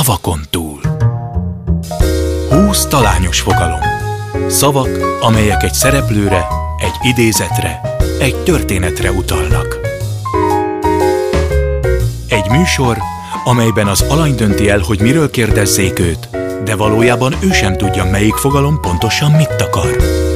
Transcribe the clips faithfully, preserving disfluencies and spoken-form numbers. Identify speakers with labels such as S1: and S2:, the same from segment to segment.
S1: Szavakon túl. Húsz talányos fogalom. Szavak, amelyek egy szereplőre, egy idézetre, egy történetre utalnak. Egy műsor, amelyben az alany dönti el, hogy miről kérdezzék őt, de valójában ő sem tudja, melyik fogalom pontosan mit akar.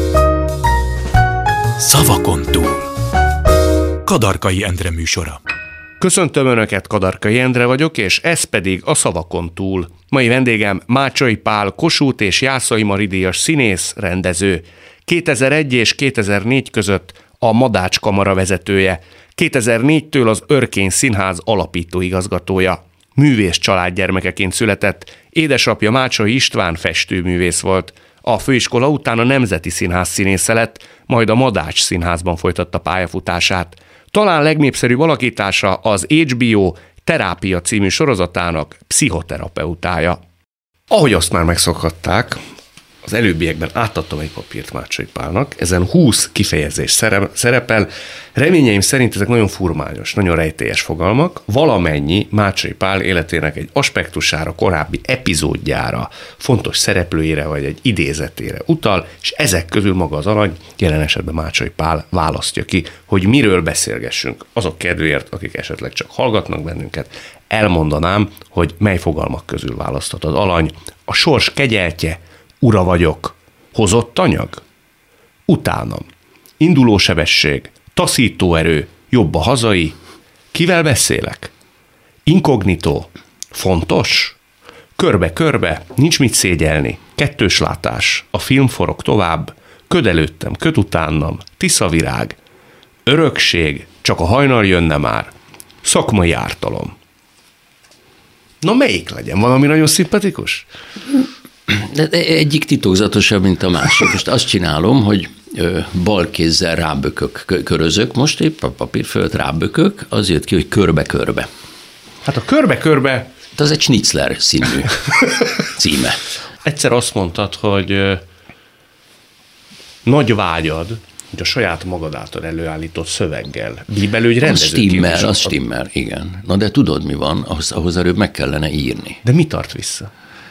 S1: Szavakon túl. Kadarkai Endre műsora.
S2: Köszöntöm Önöket, Kadarkai Endre vagyok, és ez pedig a Szavakon túl. Mai vendégem Mácsai Pál, Kossuth és Jászai Mari díjas színész, rendező. kétezer-egy és kétezer-négy között a Madács Kamara vezetője. kétezer-négytől az Örkény Színház alapító igazgatója. Művész család gyermekeként született. Édesapja Mácsai István festőművész volt. A főiskola után a Nemzeti Színház színésze lett, majd a Madács Színházban folytatta pályafutását. Talán legnépszerűbb alakítása az há bé o Terápia című sorozatának pszichoterapeutája. Ahogy azt már megszokhatták, az előbbiekben átadtam egy papírt Mácsai Pálnak, ezen húsz kifejezés szerepel. Reményeim szerint ezek nagyon furmányos, nagyon rejtélyes fogalmak, valamennyi Mácsai Pál életének egy aspektusára, korábbi epizódjára, fontos szereplőjére vagy egy idézetére utal, és ezek közül maga az alany, jelen esetben Mácsai Pál választja ki, hogy miről beszélgessünk. Azok kedvéért, akik esetleg csak hallgatnak bennünket, elmondanám, hogy mely fogalmak közül választhat az alany. A sors kegyeltje, ura vagyok, hozott anyag? Utánam. Induló sebesség, taszító erő, jobb a hazai. Kivel beszélek? Inkognitó, fontos? Körbe-körbe, nincs mit szégyelni, kettős látás, a film forog tovább, köd előttem, köd utánam, tiszavirág, örökség, csak a hajnal jönne már, szakmai ártalom. Na melyik legyen? Valami nagyon szimpatikus?
S3: De egyik titokzatosabb, mint a másik. Most azt csinálom, hogy bal kézzel rábökök, körözök, most épp a papír fölött rábökök, az jött ki, hogy körbe-körbe.
S2: Hát a körbe-körbe...
S3: Az egy Schnitzler színű címe.
S2: Egyszer azt mondtad, hogy nagy vágyad, hogy a saját magad által előállított szöveggel bíbelődj rendező.
S3: Az stimmel, az stimmel, igen. Na de tudod, mi van? Ahhoz, ahhoz előbb meg kellene írni.
S2: De mi tart vissza?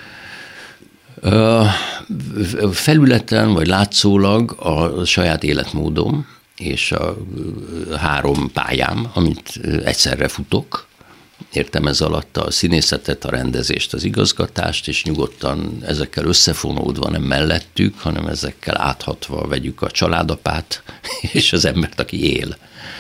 S3: Felületen, vagy látszólag a saját életmódom és a három pályám, amit egyszerre futok. Értem ez alatt a színészetet, a rendezést, az igazgatást, és nyugodtan ezekkel összefonódva, nem mellettük, hanem ezekkel áthatva vegyük a családapát és az embert, aki él.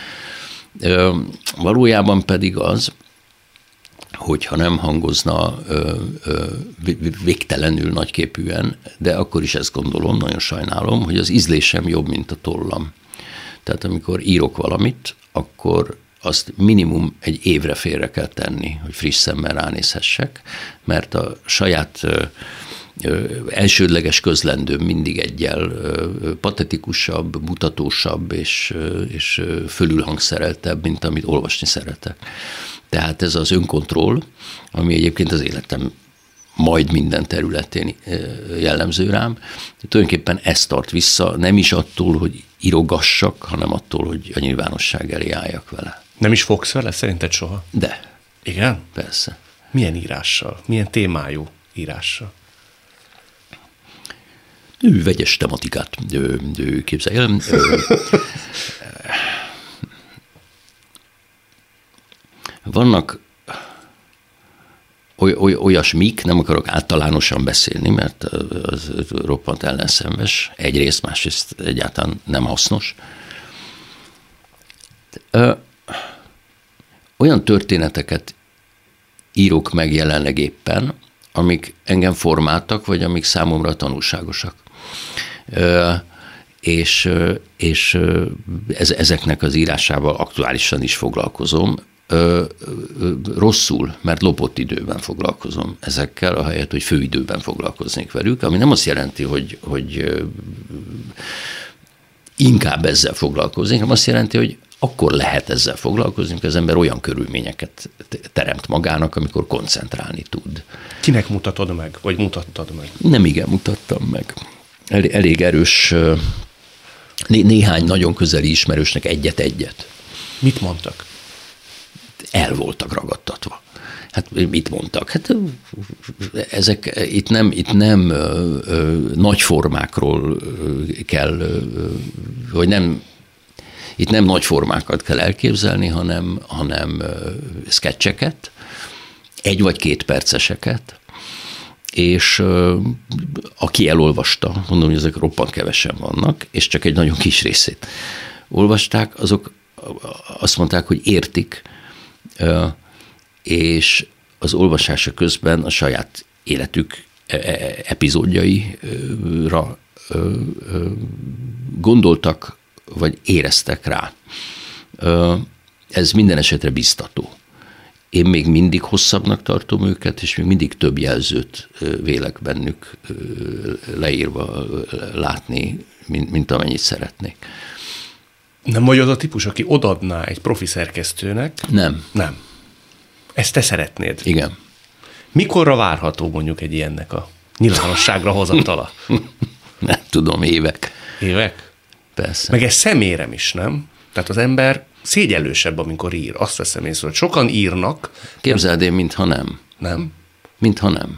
S3: Valójában pedig az, hogyha nem hangozna ö, ö, végtelenül nagyképűen, de akkor is ezt gondolom, nagyon sajnálom, hogy az ízlésem jobb, mint a tollam. Tehát amikor írok valamit, akkor azt minimum egy évre félre kell tenni, hogy friss szemmel ránézhessek, mert a saját ö, ö, elsődleges közlendőm mindig egyel ö, patetikusabb, mutatósabb és, ö, és fölülhangszereltebb, mint amit olvasni szeretek. Tehát ez az önkontroll, ami egyébként az életem majd minden területén jellemző rám, tulajdonképpen ezt tart vissza, nem is attól, hogy írogassak, hanem attól, hogy a nyilvánosság elé álljak vele.
S2: Nem is fogsz vele szerinted soha?
S3: De.
S2: Igen?
S3: Persze.
S2: Milyen írással? Milyen témájú írással?
S3: Ő vegyes tematikát ő, ő képzelj el. Vannak oly, oly, olyasmik, nem akarok általánosan beszélni, mert az roppant ellenszenves, egyrészt, másrészt egyáltalán nem hasznos. Ö, olyan történeteket írok meg jelenleg éppen, amik engem formáltak, vagy amik számomra tanulságosak. Ö, és, és ez, ezeknek az írásával aktuálisan is foglalkozom. Ö, ö, rosszul, mert lopott időben foglalkozom ezekkel, ahelyett, hogy főidőben foglalkoznék velük, ami nem azt jelenti, hogy, hogy ö, inkább ezzel foglalkoznék, hanem azt jelenti, hogy akkor lehet ezzel foglalkozni, amikor az ember olyan körülményeket teremt magának, amikor koncentrálni tud.
S2: Kinek mutatod meg, vagy mutattad meg?
S3: Nem igen mutattam meg. Elég, elég erős, né- néhány nagyon közeli ismerősnek egyet-egyet.
S2: Mit mondtak?
S3: El voltak ragadtatva. Hát mit mondtak? Hát ezek itt nem, itt nem ö, ö, nagy formákról kell, ö, vagy nem, itt nem nagy formákat kell elképzelni, hanem, hanem ö, szketcheket, egy vagy két perceseket, és ö, aki elolvasta, mondom, hogy ezek roppant kevesen vannak, és csak egy nagyon kis részét olvasták, azok azt mondták, hogy értik, ö, és az olvasása közben a saját életük epizódjaira gondoltak, vagy éreztek rá. Ez minden esetre biztató. Én még mindig hosszabbnak tartom őket, és még mindig több jelzőt vélek bennük leírva látni, mint, mint amennyit szeretnék.
S2: Nem vagy az a típus, aki odaadná egy profi szerkesztőnek?
S3: Nem.
S2: Nem. Ezt te szeretnéd?
S3: Igen.
S2: Mikorra várható mondjuk egy ilyennek a nyilvánosságra hozatala?
S3: Nem tudom, évek.
S2: Évek?
S3: Persze.
S2: Meg ez szemérem is, nem? Tehát az ember szégyellősebb, amikor ír. Azt veszem észre, hogy sokan írnak.
S3: Képzeld, én mintha nem.
S2: Nem?
S3: Mintha nem.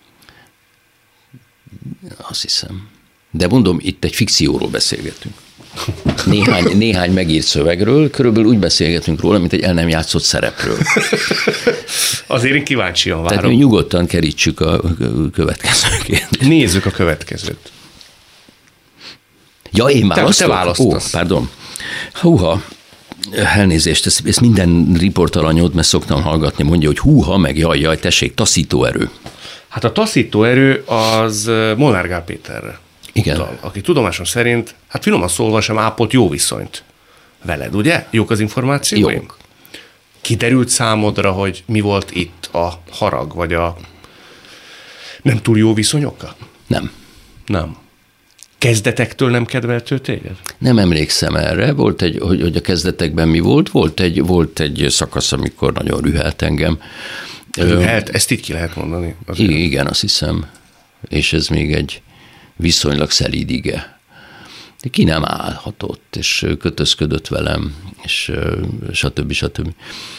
S3: Azt hiszem. De mondom, itt egy fikcióról beszélgetünk. Néhány, néhány megírt szövegről, körülbelül úgy beszélgetünk róla, mint egy el nem játszott szerepről.
S2: Azért én kíváncsian várom.
S3: Tehát mi nyugodtan kerítsük a következő kérdést.
S2: Nézzük a következőt.
S3: Ja, én választok?
S2: Te, te választasz.
S3: Ó, pardon. Húha, elnézést, ezt, ezt minden riportalanyod, mert szoktam hallgatni, mondja, hogy húha, meg jaj, jaj, tessék, taszító erő.
S2: Hát a taszító erő az Molnár Gál Péterre.
S3: Igen.
S2: Utal, aki tudomásom szerint, hát finoman szólva sem ápolt jó viszonyt veled, ugye? Jók az információim?
S3: Jók.
S2: Kiderült számodra, hogy mi volt itt a harag, vagy a nem túl jó viszonyokkal?
S3: Nem.
S2: Nem. Kezdetektől nem kedvelt ő téged?
S3: Nem emlékszem erre. Volt egy, hogy, hogy a kezdetekben mi volt? Volt egy, volt egy szakasz, amikor nagyon rühelt engem.
S2: Rühelt? Ezt így ki lehet mondani?
S3: Azért. Igen, azt hiszem. És ez még egy viszonylag szelíd ige. De ki nem állhatott, és kötözködött velem, és stb. stb.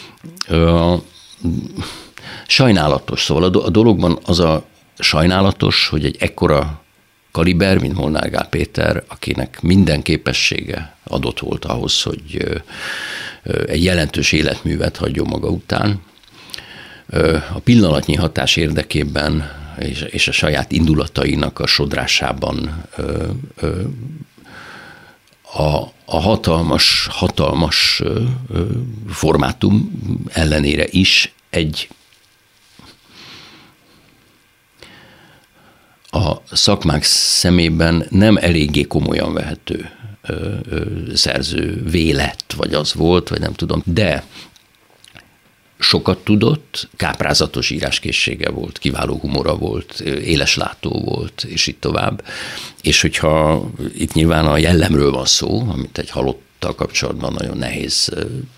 S3: Sajnálatos. Szóval a dologban az a sajnálatos, hogy egy ekkora kaliber, mint Molnár Gál Péter, akinek minden képessége adott volt ahhoz, hogy egy jelentős életművet hagyjon maga után, a pillanatnyi hatás érdekében és, és a saját indulatainak a sodrásában a, a hatalmas, hatalmas formátum ellenére is egy a szakmák szemében nem eléggé komolyan vehető szerző lett, vagy az volt, vagy nem tudom, de sokat tudott, káprázatos íráskészsége volt, kiváló humora volt, éleslátó volt, és így tovább. És hogyha itt nyilván a jellemről van szó, amit egy halottal kapcsolatban nagyon nehéz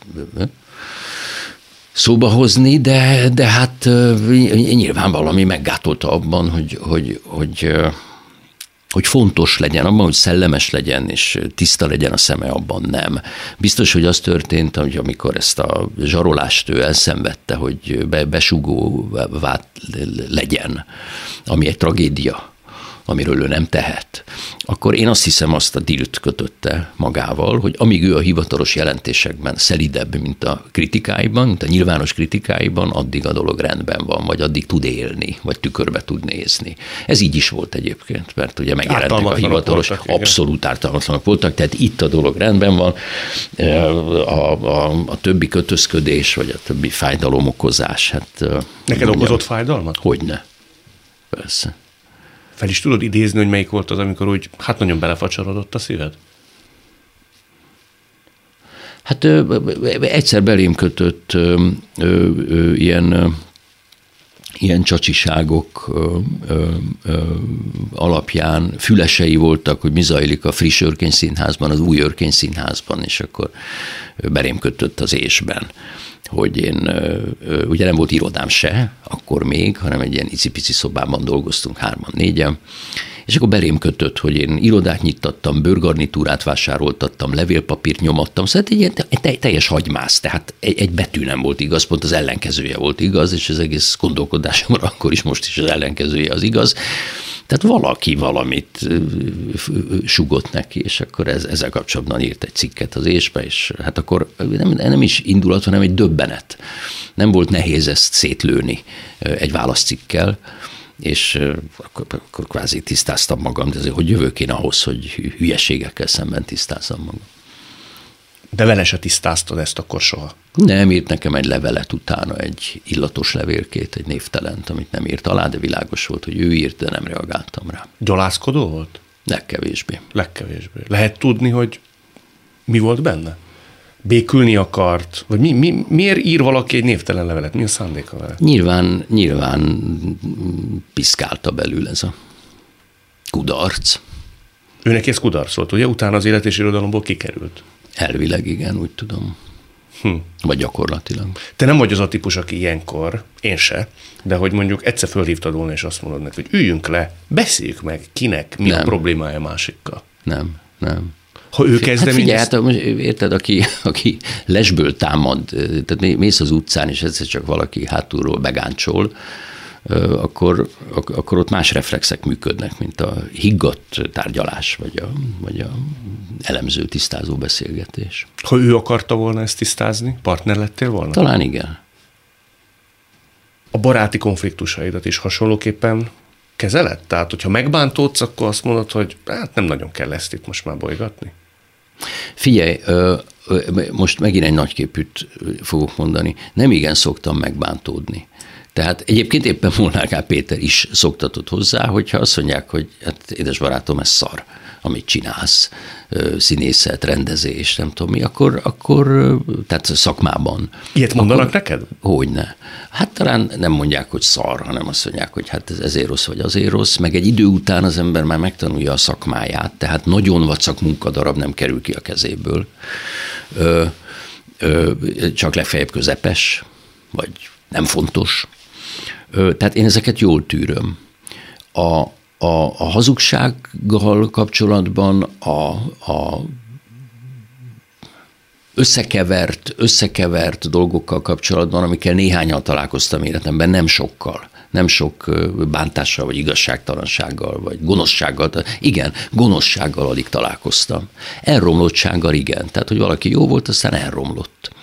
S3: szóba hozni, de, de hát nyilván valami meggátolta abban, hogy, hogy, hogy, hogy fontos legyen, abban, hogy szellemes legyen, és tiszta legyen a szeme, abban nem. Biztos, hogy az történt, hogy amikor ezt a zsarolást ő elszenvedte, hogy be, besugó legyen, ami egy tragédia, amiről ő nem tehet, akkor én azt hiszem, azt a dílt kötötte magával, hogy amíg ő a hivatalos jelentésekben szelidebb, mint a kritikáiban, mint a nyilvános kritikáiban, addig a dolog rendben van, vagy addig tud élni, vagy tükörbe tud nézni. Ez így is volt egyébként, mert ugye megjelentek a hivatalos, voltak, abszolút ártalmatlanok voltak, tehát itt a dolog rendben van, a, a, a többi kötözködés, vagy a többi fájdalomokozás. Hát,
S2: neked mondjam, okozott fájdalmat?
S3: Hogyne. Persze.
S2: Fel is tudod idézni, hogy melyik volt az, amikor úgy, hát nagyon belefacsarodott a szíved?
S3: Hát ö, egyszer belém kötött ö, ö, ö, ilyen, ö, ilyen csacsiságok ö, ö, ö, alapján fülesei voltak, hogy mi zajlik a friss Örkény Színházban, az új Örkény Színházban, és akkor belém kötött az ésben, hogy én, ugye nem volt irodám se, akkor még, hanem egy ilyen icipici szobában dolgoztunk hárman, négyen, És akkor belém kötött, hogy én irodát nyittattam, bőrgarnitúrát vásároltattam, levélpapírt nyomattam, szóval egy ilyen egy teljes hagymász, tehát egy, egy betű nem volt igaz, pont az ellenkezője volt igaz, és az egész gondolkodásomra akkor is most is az ellenkezője az igaz. Tehát valaki valamit sugott neki, és akkor ez, ezzel kapcsolatban írt egy cikket az ésbe, és hát akkor nem, nem is indulat, hanem egy döbbenet. Nem volt nehéz ezt szétlőni egy válaszcikkel, és akkor, akkor kvázi tisztáztam magam, de azért, hogy jövök én ahhoz, hogy hülyeségekkel szemben tisztázzam magam.
S2: De vele se tisztáztad ezt akkor soha?
S3: Nem, írt nekem egy levelet utána, egy illatos levélkét, egy névtelent, amit nem írt alá, de világos volt, hogy ő írt, de nem reagáltam rá.
S2: Gyalászkodó volt?
S3: Legkevésbé.
S2: Legkevésbé. Lehet tudni, hogy mi volt benne? Békülni akart? Vagy mi, mi, miért ír valaki egy névtelen levelet? Mi a szándéka vele?
S3: Nyilván, nyilván piszkálta belül ez a kudarc.
S2: Őnek ez kudarc volt, ugye? Utána az élet és irodalomból kikerült.
S3: Elvileg igen, úgy tudom. Hm. Vagy gyakorlatilag.
S2: Te nem vagy az a típus, aki ilyenkor, én se, de hogy mondjuk egyszer fölhívtad volna, és azt mondod neki, hogy üljünk le, beszéljük meg, kinek mi nem. a problémája másikkal.
S3: Nem, nem.
S2: Ha ő kezdeményez...
S3: Hát figyelj, hát, érted, aki, aki lesből támad, tehát mész az utcán, és egyszer csak valaki hátulról begáncsol, akkor, akkor ott más reflexek működnek, mint a higgadt tárgyalás, vagy a, vagy a elemző, tisztázó beszélgetés.
S2: Ha ő akarta volna ezt tisztázni, partner lettél volna?
S3: Talán igen.
S2: A baráti konfliktusaidat is hasonlóképpen kezeled? Tehát, hogyha megbántódsz, akkor azt mondod, hogy hát nem nagyon kell ezt itt most már bolygatni?
S3: Figyelj, most megint egy nagyképűt fogok mondani. Nem igen szoktam megbántódni. Tehát egyébként éppen Molnár K. Péter is szoktatott hozzá, hogyha azt mondják, hogy hát édes barátom, ez szar, amit csinálsz, színészet, rendezés, nem tudom mi, akkor, akkor tehát szakmában.
S2: Ilyet mondanak
S3: akkor,
S2: neked?
S3: Hogyne. Hát talán nem mondják, hogy szar, hanem azt mondják, hogy hát ez ezért rossz, vagy azért rossz, meg egy idő után az ember már megtanulja a szakmáját, tehát nagyon vacak munkadarab nem kerül ki a kezéből. Ö, ö, csak legfeljebb közepes, vagy nem fontos. Tehát én ezeket jól tűröm. A, a, a hazugsággal kapcsolatban a, a összekevert, összekevert dolgokkal kapcsolatban, amikkel néhányan találkoztam életemben, nem sokkal. Nem sok bántással, vagy igazságtalansággal, vagy gonoszsággal. Igen, gonoszsággal alig találkoztam. Elromlottsággal igen. Tehát, hogy valaki jó volt, aztán elromlott.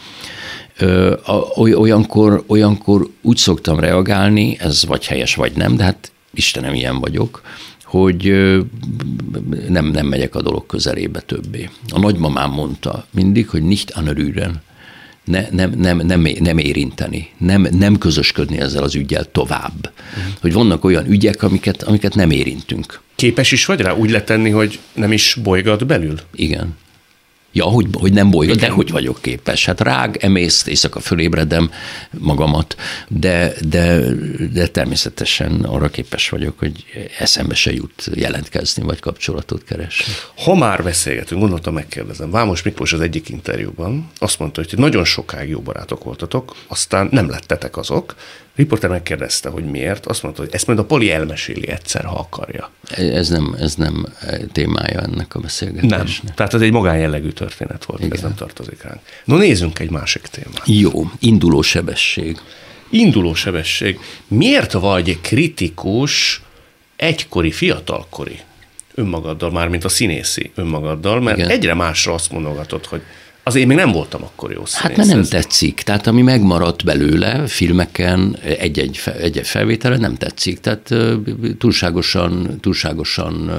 S3: Olyankor, olyankor úgy szoktam reagálni, ez vagy helyes, vagy nem, de hát Istenem, ilyen vagyok, hogy nem, nem megyek a dolog közelébe többé. A nagymamám mondta mindig, hogy nicht anrühren, ne, nem, nem, nem, nem érinteni, nem, nem közösködni ezzel az üggyel tovább. Uh-huh. Hogy vannak olyan ügyek, amiket, amiket nem érintünk.
S2: Képes is vagy rá úgy letenni, hogy nem is bolygat belül?
S3: Igen. Ja, hogy, hogy nem bolygat, de hogy vagyok képes. Hát rág, emészt, éjszaka fölébredem magamat, de, de, de természetesen arra képes vagyok, hogy eszembe se jut jelentkezni, vagy kapcsolatot keresni.
S2: Ha már beszélgetünk, gondoltam megkérdezem. Vámos Miklós az egyik interjúban azt mondta, hogy nagyon sokáig jó barátok voltatok, aztán nem lettetek azok. Riporter megkérdezte, hogy miért. Azt mondta, hogy ezt majd a Poli elmeséli egyszer, ha akarja.
S3: Ez nem, ez nem témája ennek a beszélgetésnek.
S2: Nem. Tehát ez egy magánjellegű történet volt, igen. Ez nem tartozik ránk. No, nézzünk egy másik témát.
S3: Jó, induló sebesség.
S2: Induló sebesség. Miért vagy kritikus egykori, fiatalkori önmagaddal, mármint a színészi önmagaddal, mert igen. Egyre másra azt mondogatod, hogy azért még nem voltam akkor jó színész.
S3: Hát mert nem tetszik. Tehát ami megmaradt belőle filmeken, egy-egy, egy-egy felvételen nem tetszik. Tehát túlságosan, túlságosan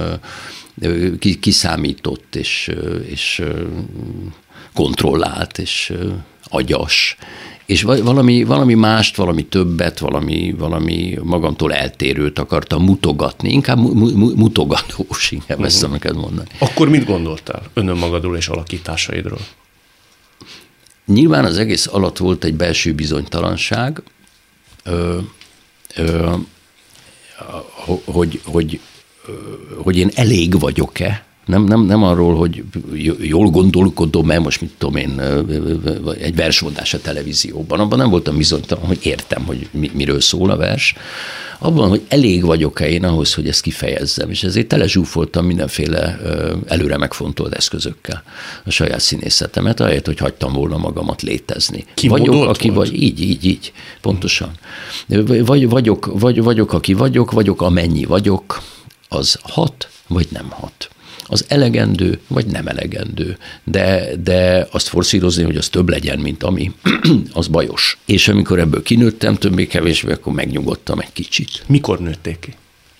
S3: kiszámított, és, és kontrollált, és agyas. És valami, valami mást, valami többet, valami, valami magamtól eltérőt akartam mutogatni. Inkább mu- mu- mutogatós, inkább uh-huh. ezt neked mondani.
S2: Akkor mit gondoltál önmagadról és alakításaidról?
S3: Nyilván az egész alatt volt egy belső bizonytalanság, ö, ö, hogy, hogy, hogy én elég vagyok-e. Nem, nem, nem arról, hogy jól gondolkodom, mert most mit tudom én, egy versmondás a televízióban. Abban nem voltam bizonytalan, hogy értem, hogy miről szól a vers. abban, hogy elég vagyok-e én ahhoz, hogy ezt kifejezzem, és ezért telezsúfoltam mindenféle előre megfontolt eszközökkel a saját színészetemet, ahelyett, hogy hagytam volna magamat létezni. Vagyok, aki vagy, így, így, így, pontosan. Vagy, vagyok, vagy, vagyok, aki vagyok, vagyok, amennyi vagyok, az hat, vagy nem hat. Az elegendő, vagy nem elegendő. De, de azt forszírozni, hogy az több legyen, mint ami, az bajos. És amikor ebből kinőttem, többé-kevésbé, akkor megnyugodtam egy kicsit.
S2: Mikor nőtték ki?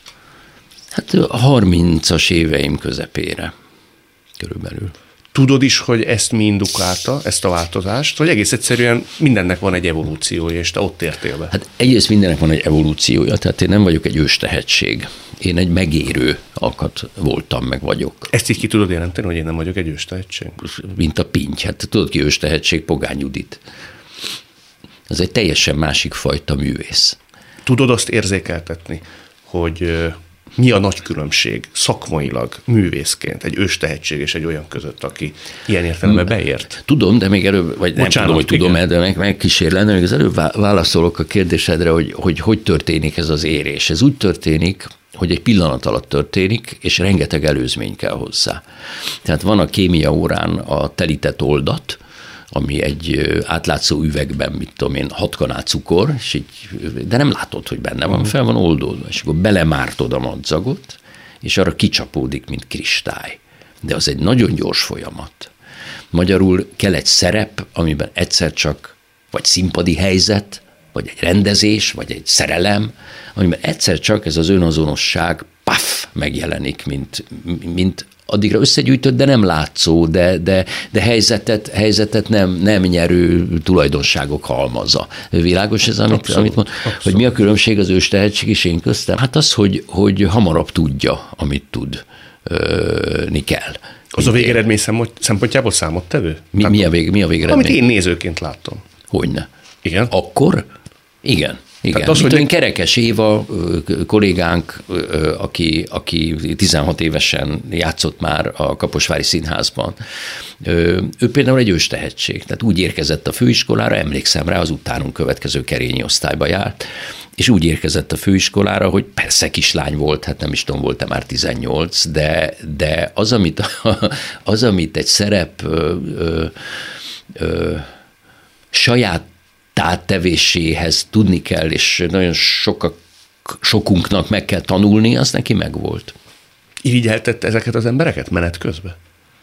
S3: Hát a harmincas éveim közepére körülbelül.
S2: Tudod is, hogy ezt mi indukálta, ezt a változást, vagy egész egyszerűen mindennek van egy evolúciója, és te ott értél be?
S3: Hát egyrészt mindennek van egy evolúciója, tehát én nem vagyok egy őstehetség. Én egy megérő alkat voltam, meg vagyok.
S2: Ezt így ki tudod jelenteni, hogy én nem vagyok egy őstehetség?
S3: Mint a pinty. Hát tudod ki őstehetség? Pogány Judit. Ez egy teljesen másik fajta művész.
S2: Tudod azt érzékeltetni, hogy mi a nagy különbség szakmailag, művészként egy őstehetség és egy olyan között, aki ilyen értelemben beért?
S3: Tudom, de még előbb, vagy
S2: Bocsánat,
S3: nem tudom, hogy tudom, de meg, megkísérlem, de még az előbb válaszolok a kérdésedre, hogy, hogy hogy történik ez az érés. Ez úgy történik, hogy egy pillanat alatt történik, és rengeteg előzmény kell hozzá. Tehát van a kémia órán a telített oldat, ami egy átlátszó üvegben, mit tudom én, hat kanál cukor, és így, de nem látod, hogy benne van, fel van oldódva, és akkor belemártod a madzagot, és arra kicsapódik, mint kristály. De az egy nagyon gyors folyamat. Magyarul kell egy szerep, amiben egyszer csak, vagy színpadi helyzet, vagy egy rendezés, vagy egy szerelem, amiben egyszer csak ez az önazonosság paf, megjelenik, mint, mint addigra összegyűjtött, de nem látszó, de, de, de helyzetet, helyzetet nem, nem nyerő tulajdonságok halmaza. Világos ez, amit, abszolút, amit mond, abszolút. Hogy mi a különbség az őstehetség és én köztem? Hát az, hogy, hogy hamarabb tudja, amit tudni kell.
S2: Az a végeredmény szempontjából számottevő?
S3: Mi, mi, a, vég, mi a végeredmény?
S2: Amit én nézőként láttam.
S3: Hogyne.
S2: Igen?
S3: Akkor? Igen. Igen, az, hogy Kerekes Éva kollégánk, aki, aki tizenhat évesen játszott már a Kaposvári Színházban, ő például egy őstehetség, tehát úgy érkezett a főiskolára, emlékszem rá, az utánunk következő Kerényi osztályba járt, és úgy érkezett a főiskolára, hogy persze kislány volt, hát nem is tudom, volt-e már tizennyolc, de, de az, amit, az, amit egy szerep ö, ö, ö, saját tevéséhez tudni kell, és nagyon sokak, sokunknak meg kell tanulni, az neki megvolt.
S2: Irigyeltette ezeket az embereket menet közben?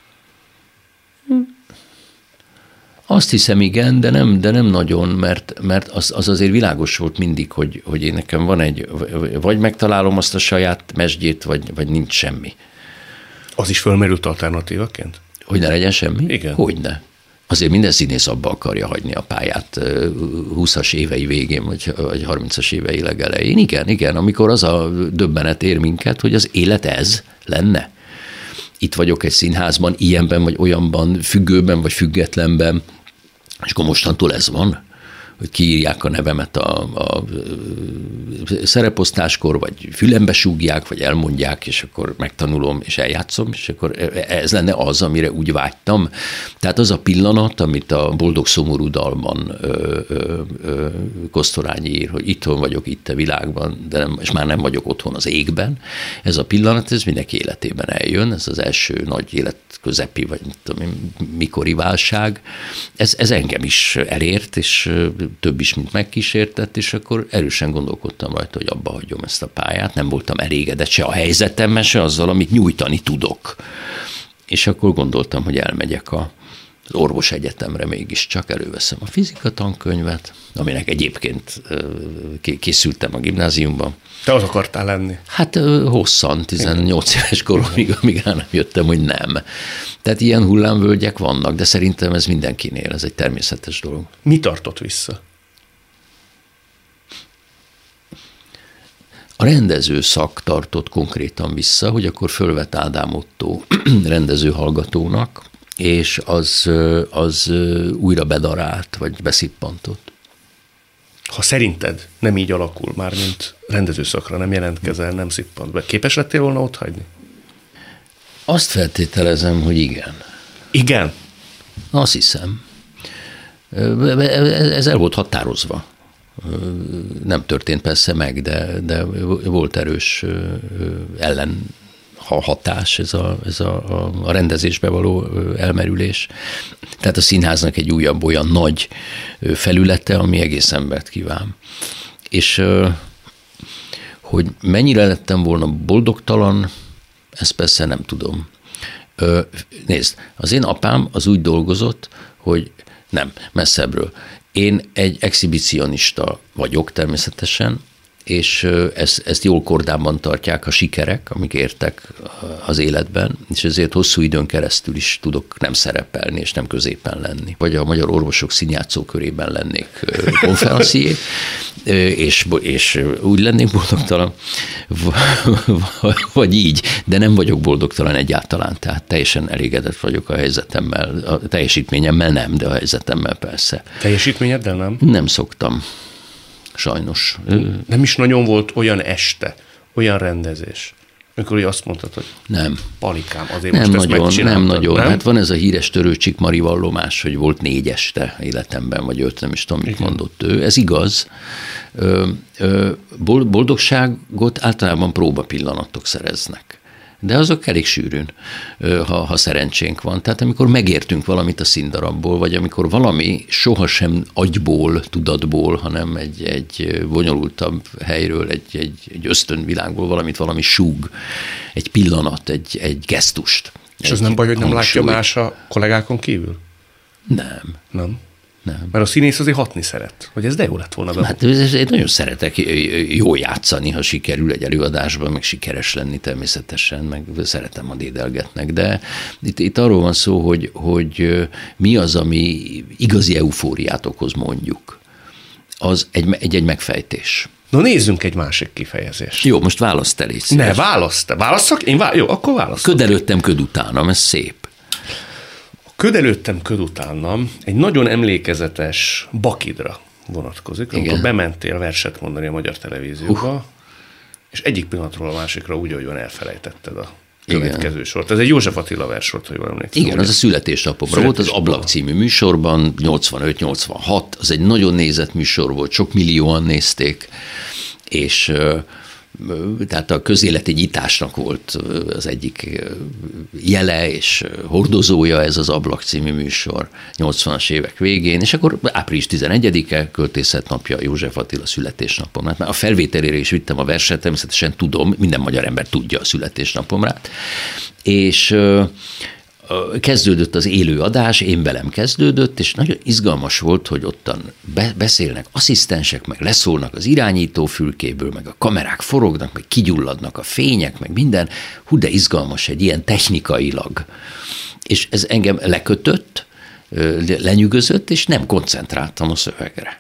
S3: Azt hiszem, igen, de nem, de nem nagyon, mert, mert az, az azért világos volt mindig, hogy, hogy én nekem van egy, vagy megtalálom azt a saját mesdjét, vagy, vagy nincs semmi.
S2: Az is fölmerült alternatívaként?
S3: Hogy ne legyen semmi?
S2: Igen.
S3: Hogyne. Azért minden színész abba akarja hagyni a pályát húszas évei végén, vagy, vagy harmincas évei legelején. Igen, igen, amikor az a döbbenet ér minket, hogy az élet ez lenne. Itt vagyok egy színházban, ilyenben, vagy olyanban, függőben, vagy függetlenben, és akkor mostantól ez van, hogy kiírják a nevemet a, a szereposztáskor, vagy fülembe súgják, vagy elmondják, és akkor megtanulom, és eljátszom, és akkor ez lenne az, amire úgy vágytam. Tehát az a pillanat, amit a Boldog szomorú dalban ö, ö, ö, Kosztolányi ír, hogy itthon vagyok itt a világban, de nem, és már nem vagyok otthon az égben. Ez a pillanat, ez mindenki életében eljön, ez az első nagy életközepi, vagy nem tudom, mikori válság. Ez, ez engem is elért, és több is, mint megkísértett, és akkor erősen gondolkodtam rajta, hogy abba hagyom ezt a pályát. Nem voltam elégedett se a helyzetemmel, se azzal, amit nyújtani tudok. És akkor gondoltam, hogy elmegyek a, az orvosegyetemre, mégiscsak előveszem a fizika tankönyvet, aminek egyébként készültem a gimnáziumban.
S2: Te az akartál lenni?
S3: Hát hosszan, tizennyolc éves koromig, amíg rá nem jöttem, hogy nem. Tehát ilyen hullámvölgyek vannak, de szerintem ez mindenkinél, ez egy természetes dolog.
S2: Mi tartott vissza?
S3: A rendező szak tartott konkrétan vissza, hogy akkor fölvett Ádám Ottó rendező hallgatónak, és az, az újra bedarált, vagy beszippantott.
S2: Ha szerinted nem így alakul már, mint rendezőszakra nem jelentkezel, nem szippant be, képes lettél volna ott hagyni?
S3: Azt feltételezem, hogy igen.
S2: Igen?
S3: Azt hiszem. Ez el volt határozva. Nem történt persze meg, de, de volt erős ellen hatás, ez, a, ez a, a rendezésbe való elmerülés. Tehát a színháznak egy újabb olyan nagy felülete, ami egész embert kíván. És hogy mennyire lettem volna boldogtalan, ezt persze nem tudom. Nézd, az én apám az úgy dolgozott, hogy nem, messzebbről. Én egy exhibicionista vagyok természetesen, és ezt, ezt jól kordában tartják a sikerek, amik értek az életben, és ezért hosszú időn keresztül is tudok nem szerepelni, és nem középen lenni. Vagy a Magyar Orvosok Színjátszó körében lennék konferencié, és, és úgy lennék boldogtalan, vagy így, de nem vagyok boldogtalan egyáltalán, tehát teljesen elégedett vagyok a helyzetemmel, a teljesítményemmel nem, de a helyzetemmel persze.
S2: Teljesítményeddel nem?
S3: Nem szoktam. Sajnos.
S2: Nem is nagyon volt olyan este, olyan rendezés, amikor azt mondtad, hogy
S3: nem.
S2: Palikám, azért
S3: nem
S2: most
S3: nagyon,
S2: ezt
S3: Nem nagyon,
S2: nem?
S3: Hát van ez a híres Törőcsik Mari vallomás, hogy volt négy este életemben, vagy öt, nem is tudom, mit mondott ő. Ez igaz. Boldogságot általában próbapillanatok szereznek. De azok elég sűrűn, ha, ha szerencsénk van. Tehát amikor megértünk valamit a színdarabból, vagy amikor valami sohasem agyból, tudatból, hanem egy, egy bonyolultabb helyről, egy, egy, egy ösztönvilágból valamit, valami súg, egy pillanat, egy, egy gesztust.
S2: És az nem baj, hogy nem látja más a kollégákon kívül?
S3: Nem.
S2: Nem?
S3: Nem.
S2: Mert a színész azért hatni szeret, hogy ez de jó lett volna be.
S3: Hát én nagyon szeretek jól játszani, ha sikerül egy előadásban, meg sikeres lenni természetesen, meg szeretem, ha dédelgetnek, de itt, itt arról van szó, hogy, hogy mi az, ami igazi eufóriát okoz, mondjuk. Az egy, egy, egy megfejtés.
S2: No, nézzünk egy másik kifejezést.
S3: Jó, most választ el, légy
S2: Ne, választ. Válasszak? Én vá- Jó, akkor választok.
S3: Köd előttem, köd utánam, ez szép.
S2: Köd előttem, köd utánam egy nagyon emlékezetes Bakidra vonatkozik, amikor Igen. bementél verset mondani a Magyar Televízióba, uh. és egyik pillanatról a másikra úgy, ahogyan elfelejtetted a következő Igen. sort. Ez egy József Attila vers volt, ha jól emlékszem.
S3: Igen, az a születésnapomra volt, az Ablak című műsorban, nyolcvanöt nyolcvanhat, az egy nagyon nézett műsor volt, sok millióan nézték, és tehát a közéleti nyitásnak volt az egyik jele és hordozója ez az Ablak című műsor nyolcvanas évek végén, és akkor április tizenegyedike költészet napja, József Attila születésnapom. Hát már a felvételére is vittem a verset, természetesen tudom, minden magyar ember tudja a születésnapomrát, és kezdődött az élő adás, én velem kezdődött, és nagyon izgalmas volt, hogy ottan be- beszélnek asszisztensek, meg leszólnak az irányító fülkéből, meg a kamerák forognak, meg kigyulladnak a fények, meg minden. Hú, de izgalmas egy ilyen technikailag. És ez engem lekötött, lenyűgözött, és nem koncentráltam a szövegre.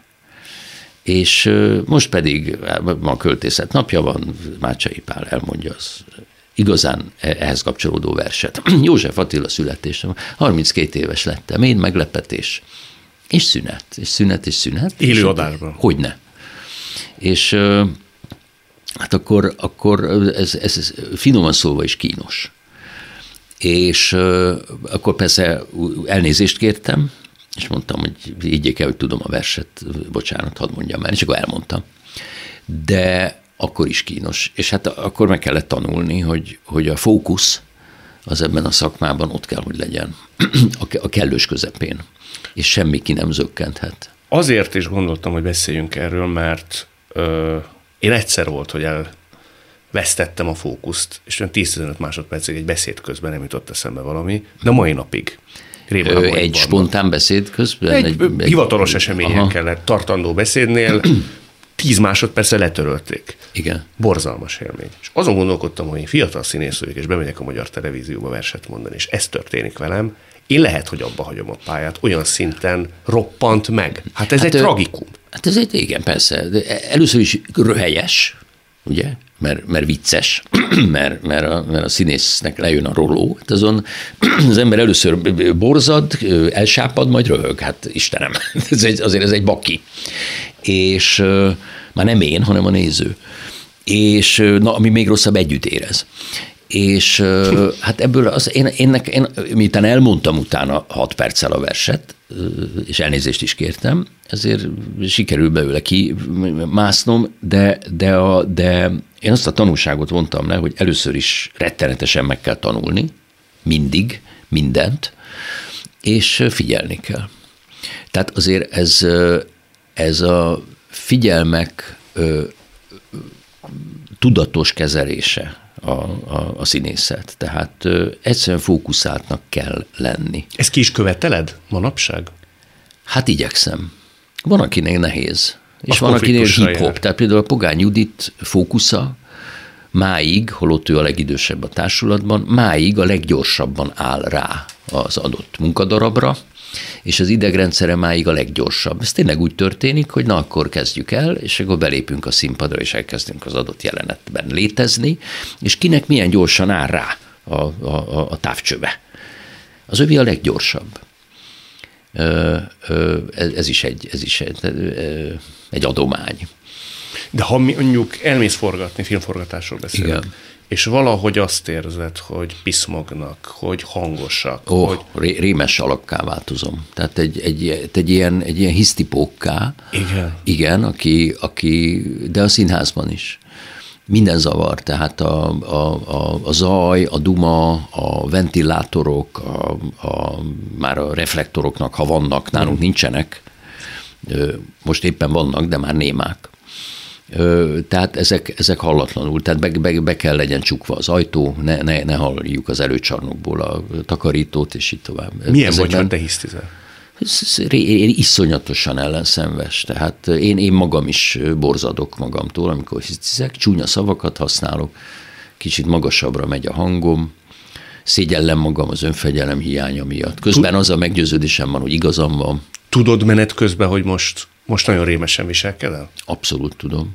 S3: És most pedig ma a költészet napja van, Mácsai Pál elmondja az igazán ehhez kapcsolódó verset. József Attila születésem, harminckét éves lettem, én meglepetés, és szünet, és szünet, és szünet.
S2: Élő adásban.
S3: Hogyne. És hát akkor, akkor ez, ez finoman szólva is kínos. És akkor persze elnézést kértem, és mondtam, hogy higgyék el, hogy tudom a verset, bocsánat, hadd mondjam már, és akkor elmondtam. De akkor is kínos. És hát akkor meg kellett tanulni, hogy, hogy a fókusz az ebben a szakmában ott kell, hogy legyen. A kellős közepén. És semmi ki nem zökkenthet.
S2: Azért is gondoltam, hogy beszéljünk erről, mert ö, én egyszer volt, hogy elvesztettem a fókuszt, és olyan tíz-tizenöt másodpercig egy beszéd közben nem jutott eszembe valami, de mai napig.
S3: Ö, egy vannak. Spontán beszéd közben?
S2: Egy, egy, egy hivatalos eseményen aha. kellett tartandó beszédnél, tíz másodperccel letörölték.
S3: Igen.
S2: Borzalmas élmény. És azon gondolkodtam, hogy én fiatal színész vagyok, és bemegyek a Magyar Televízióba verset mondani, és ez történik velem, én lehet, hogy abba hagyom a pályát, olyan szinten roppant meg. Hát ez hát egy ő, tragikum.
S3: Hát ez egy, igen, persze. De először is röhelyes, ugye, mert, mert vicces, mert, mert, a, mert a színésznek lejön a roló. Hát azon az ember először borzad, elsápad, majd röhög. Hát Istenem, ez egy, azért ez egy baki. És már nem én, hanem a néző. És na, ami még rosszabb, együtt érez. És hát ebből az, én, én, én, miután elmondtam utána hat perccel a verset, és elnézést is kértem, ezért sikerül belőle kimásznom, de, de, a, de én azt a tanulságot vontam le, hogy először is rettenetesen meg kell tanulni, mindig, mindent, és figyelni kell. Tehát azért ez, ez a figyelmek tudatos kezelése a, a, a színészet. Tehát ö, egyszerűen fókuszáltnak kell lenni.
S2: Ezt ki is követeled manapság?
S3: Hát igyekszem. Van, akinek nehéz. És a van, akinél hip-hop. Tehát például a Pogány Judit fókusza máig, holott ő a legidősebb a társulatban, máig a leggyorsabban áll rá az adott munkadarabra, és az idegrendszere máig a leggyorsabb. Ez tényleg úgy történik, hogy na akkor kezdjük el, és akkor belépünk a színpadra, és elkezdünk az adott jelenetben létezni, és kinek milyen gyorsan áll rá a, a, a távcsöve. Az övé a leggyorsabb. Ez is egy, ez is egy, egy adomány.
S2: De ha mondjuk elmész forgatni, filmforgatásról beszélünk,
S3: igen,
S2: és valahogy azt érzed, hogy piszmognak, hogy hangosak.
S3: Oh,
S2: hogy...
S3: rémes alakká változom. Tehát egy, egy, egy, ilyen, egy ilyen hisztipókká.
S2: Igen.
S3: Igen, aki, aki, de a színházban is. Minden zavar, tehát a, a, a, a zaj, a duma, a ventilátorok, a, a, már a reflektoroknak, ha vannak, nálunk nincsenek, most éppen vannak, de már némák. Tehát ezek, ezek hallatlanul, tehát be, be, be kell legyen csukva az ajtó, ne, ne, ne halljuk az előcsarnokból a takarítót, és így tovább.
S2: Milyen vagy, ha te hisztizel?
S3: Én iszonyatosan ellenszenves, tehát én, én magam is borzadok magamtól, amikor hisztizek, csúnya szavakat használok, kicsit magasabbra megy a hangom, szégyellem magam az önfegyelem hiánya miatt. Közben az a meggyőződésem van, hogy igazam van.
S2: Tudod menet közben, hogy most, most nagyon rémesen viselkedel?
S3: Abszolút tudom.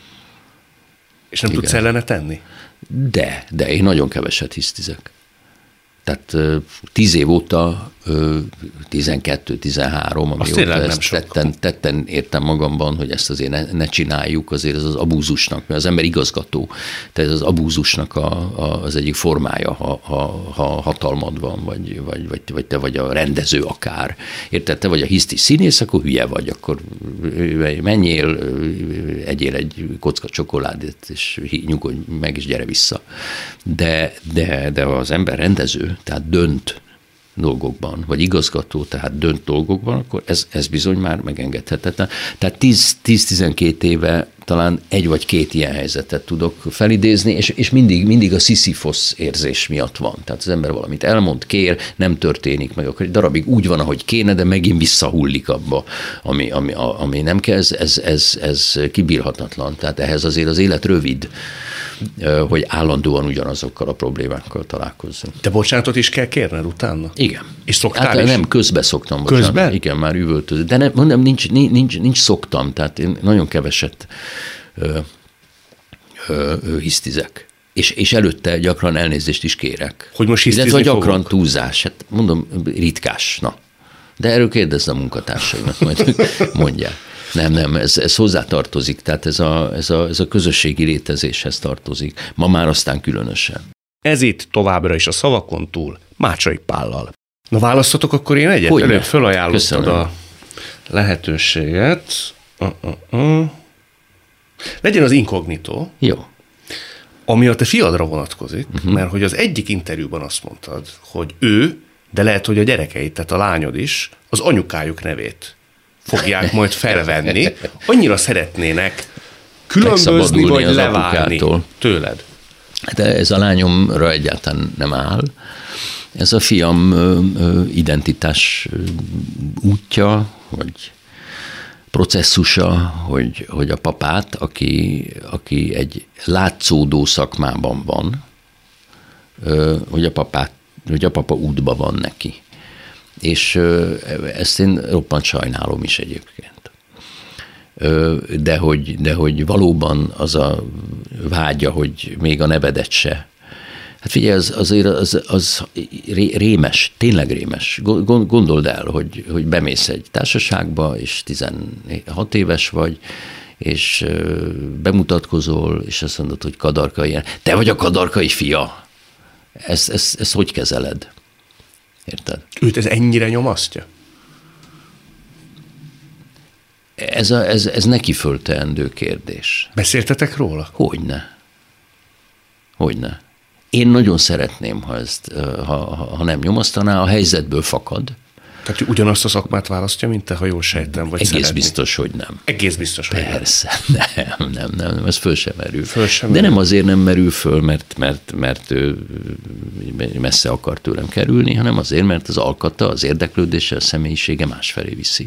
S2: És nem igen. tudsz ellene tenni?
S3: De, de én nagyon keveset hisztizek. Tehát tíz év óta, tizenkettő tizenhárom, amióta ezt tetten, tetten értem magamban, hogy ezt azért ne, ne csináljuk, azért ez az abúzusnak, mert az ember igazgató, tehát az abúzusnak a, a, az egyik formája, ha, ha, ha hatalmad van, vagy, vagy, vagy, vagy te vagy a rendező akár. Érted, te vagy a hisztis színész, akkor hülye vagy, akkor menjél, egyél egy kocka csokoládét, és nyugodj meg, és gyere vissza. De, de, de az ember rendező, tehát dönt dolgokban, vagy igazgató, tehát dönt dolgokban, akkor ez, ez bizony már megengedhetetlen. Tehát tíz-tizenkét éve talán egy vagy két ilyen helyzetet tudok felidézni, és, és mindig, mindig a Sisyphos érzés miatt van. Tehát az ember valamit elmond, kér, nem történik meg, akkor egy darabig úgy van, ahogy kéne, de megint visszahullik abba, ami, ami, ami nem kell, ez, ez, ez, ez kibírhatatlan. Tehát ehhez azért az élet rövid, hogy állandóan ugyanazokkal a problémákkal találkozzunk.
S2: Te bocsánatot is kell kérned utána?
S3: Igen.
S2: És szoktál hát,
S3: is? Nem, közbe szoktam.
S2: Bocsánat. Közben?
S3: Igen, már üvöltöző. De nem, mondom, nincs, nincs, nincs szoktam, tehát én nagyon keveset ö, ö, ö, hisztizek. És, és előtte gyakran elnézést is kérek.
S2: Hogy most hisztizni
S3: fogok? Illetve gyakran
S2: fogok?
S3: túlzás. Hát mondom, ritkás. Na. De erről kérdezz a munkatársaimat, majd mondják. Nem, nem, ez, ez hozzátartozik, tehát ez a, ez, a, ez a közösségi létezéshez tartozik. Ma már aztán különösen.
S2: Ez itt továbbra is a Szavakon túl, Mácsai Pállal. Na választatok akkor én egyet? Előbb fölajánlottad a lehetőséget. Uh-uh-uh. Legyen az inkognitó.
S3: Jó.
S2: Ami a te fiadra vonatkozik, uh-huh. mert hogy az egyik interjúban azt mondtad, hogy ő, de lehet, hogy a gyerekeid, tehát a lányod is, az anyukájuk nevét fogják majd felvenni. Annyira szeretnének különbözni, vagy leválni tőled.
S3: De ez a lányomra egyáltalán nem áll. Ez a fiam identitás útja, vagy processzusa, hogy, hogy a papát, aki, aki egy látszódó szakmában van, hogy a, papát, hogy a papa útba van neki. És ezt én roppant sajnálom is egyébként. De hogy, de hogy valóban az a vágya, hogy még a nevedet se. Hát figyelj, az, azért az, az rémes, tényleg rémes. Gondold el, hogy, hogy bemész egy társaságba, és tizenhat éves vagy, és bemutatkozol, és azt mondod, hogy Kadarkai, te vagy a Kadarkai fia. Ezt, ezt, ezt hogy kezeled? Érted?
S2: Őt ez ennyire nyomasztja?
S3: Ez, a, ez, ez neki fölteendő kérdés.
S2: Beszéltetek róla?
S3: Hogyne. Hogyne. Én nagyon szeretném, ha, ezt, ha, ha nem nyomasztaná, a helyzetből fakad.
S2: Tehát ugyanazt a szakmát választja, mint te, ha jól sejtem, vagy
S3: Egész
S2: szeretni.
S3: biztos, hogy nem.
S2: Egész biztos, hogy
S3: Persze, nem, nem, nem, nem, ez föl sem merül.
S2: Föl sem
S3: De
S2: merül.
S3: nem azért nem merül föl, mert, mert, mert ő messze akar tőlem kerülni, hanem azért, mert az alkata, az érdeklődése, a személyisége másfelé viszi.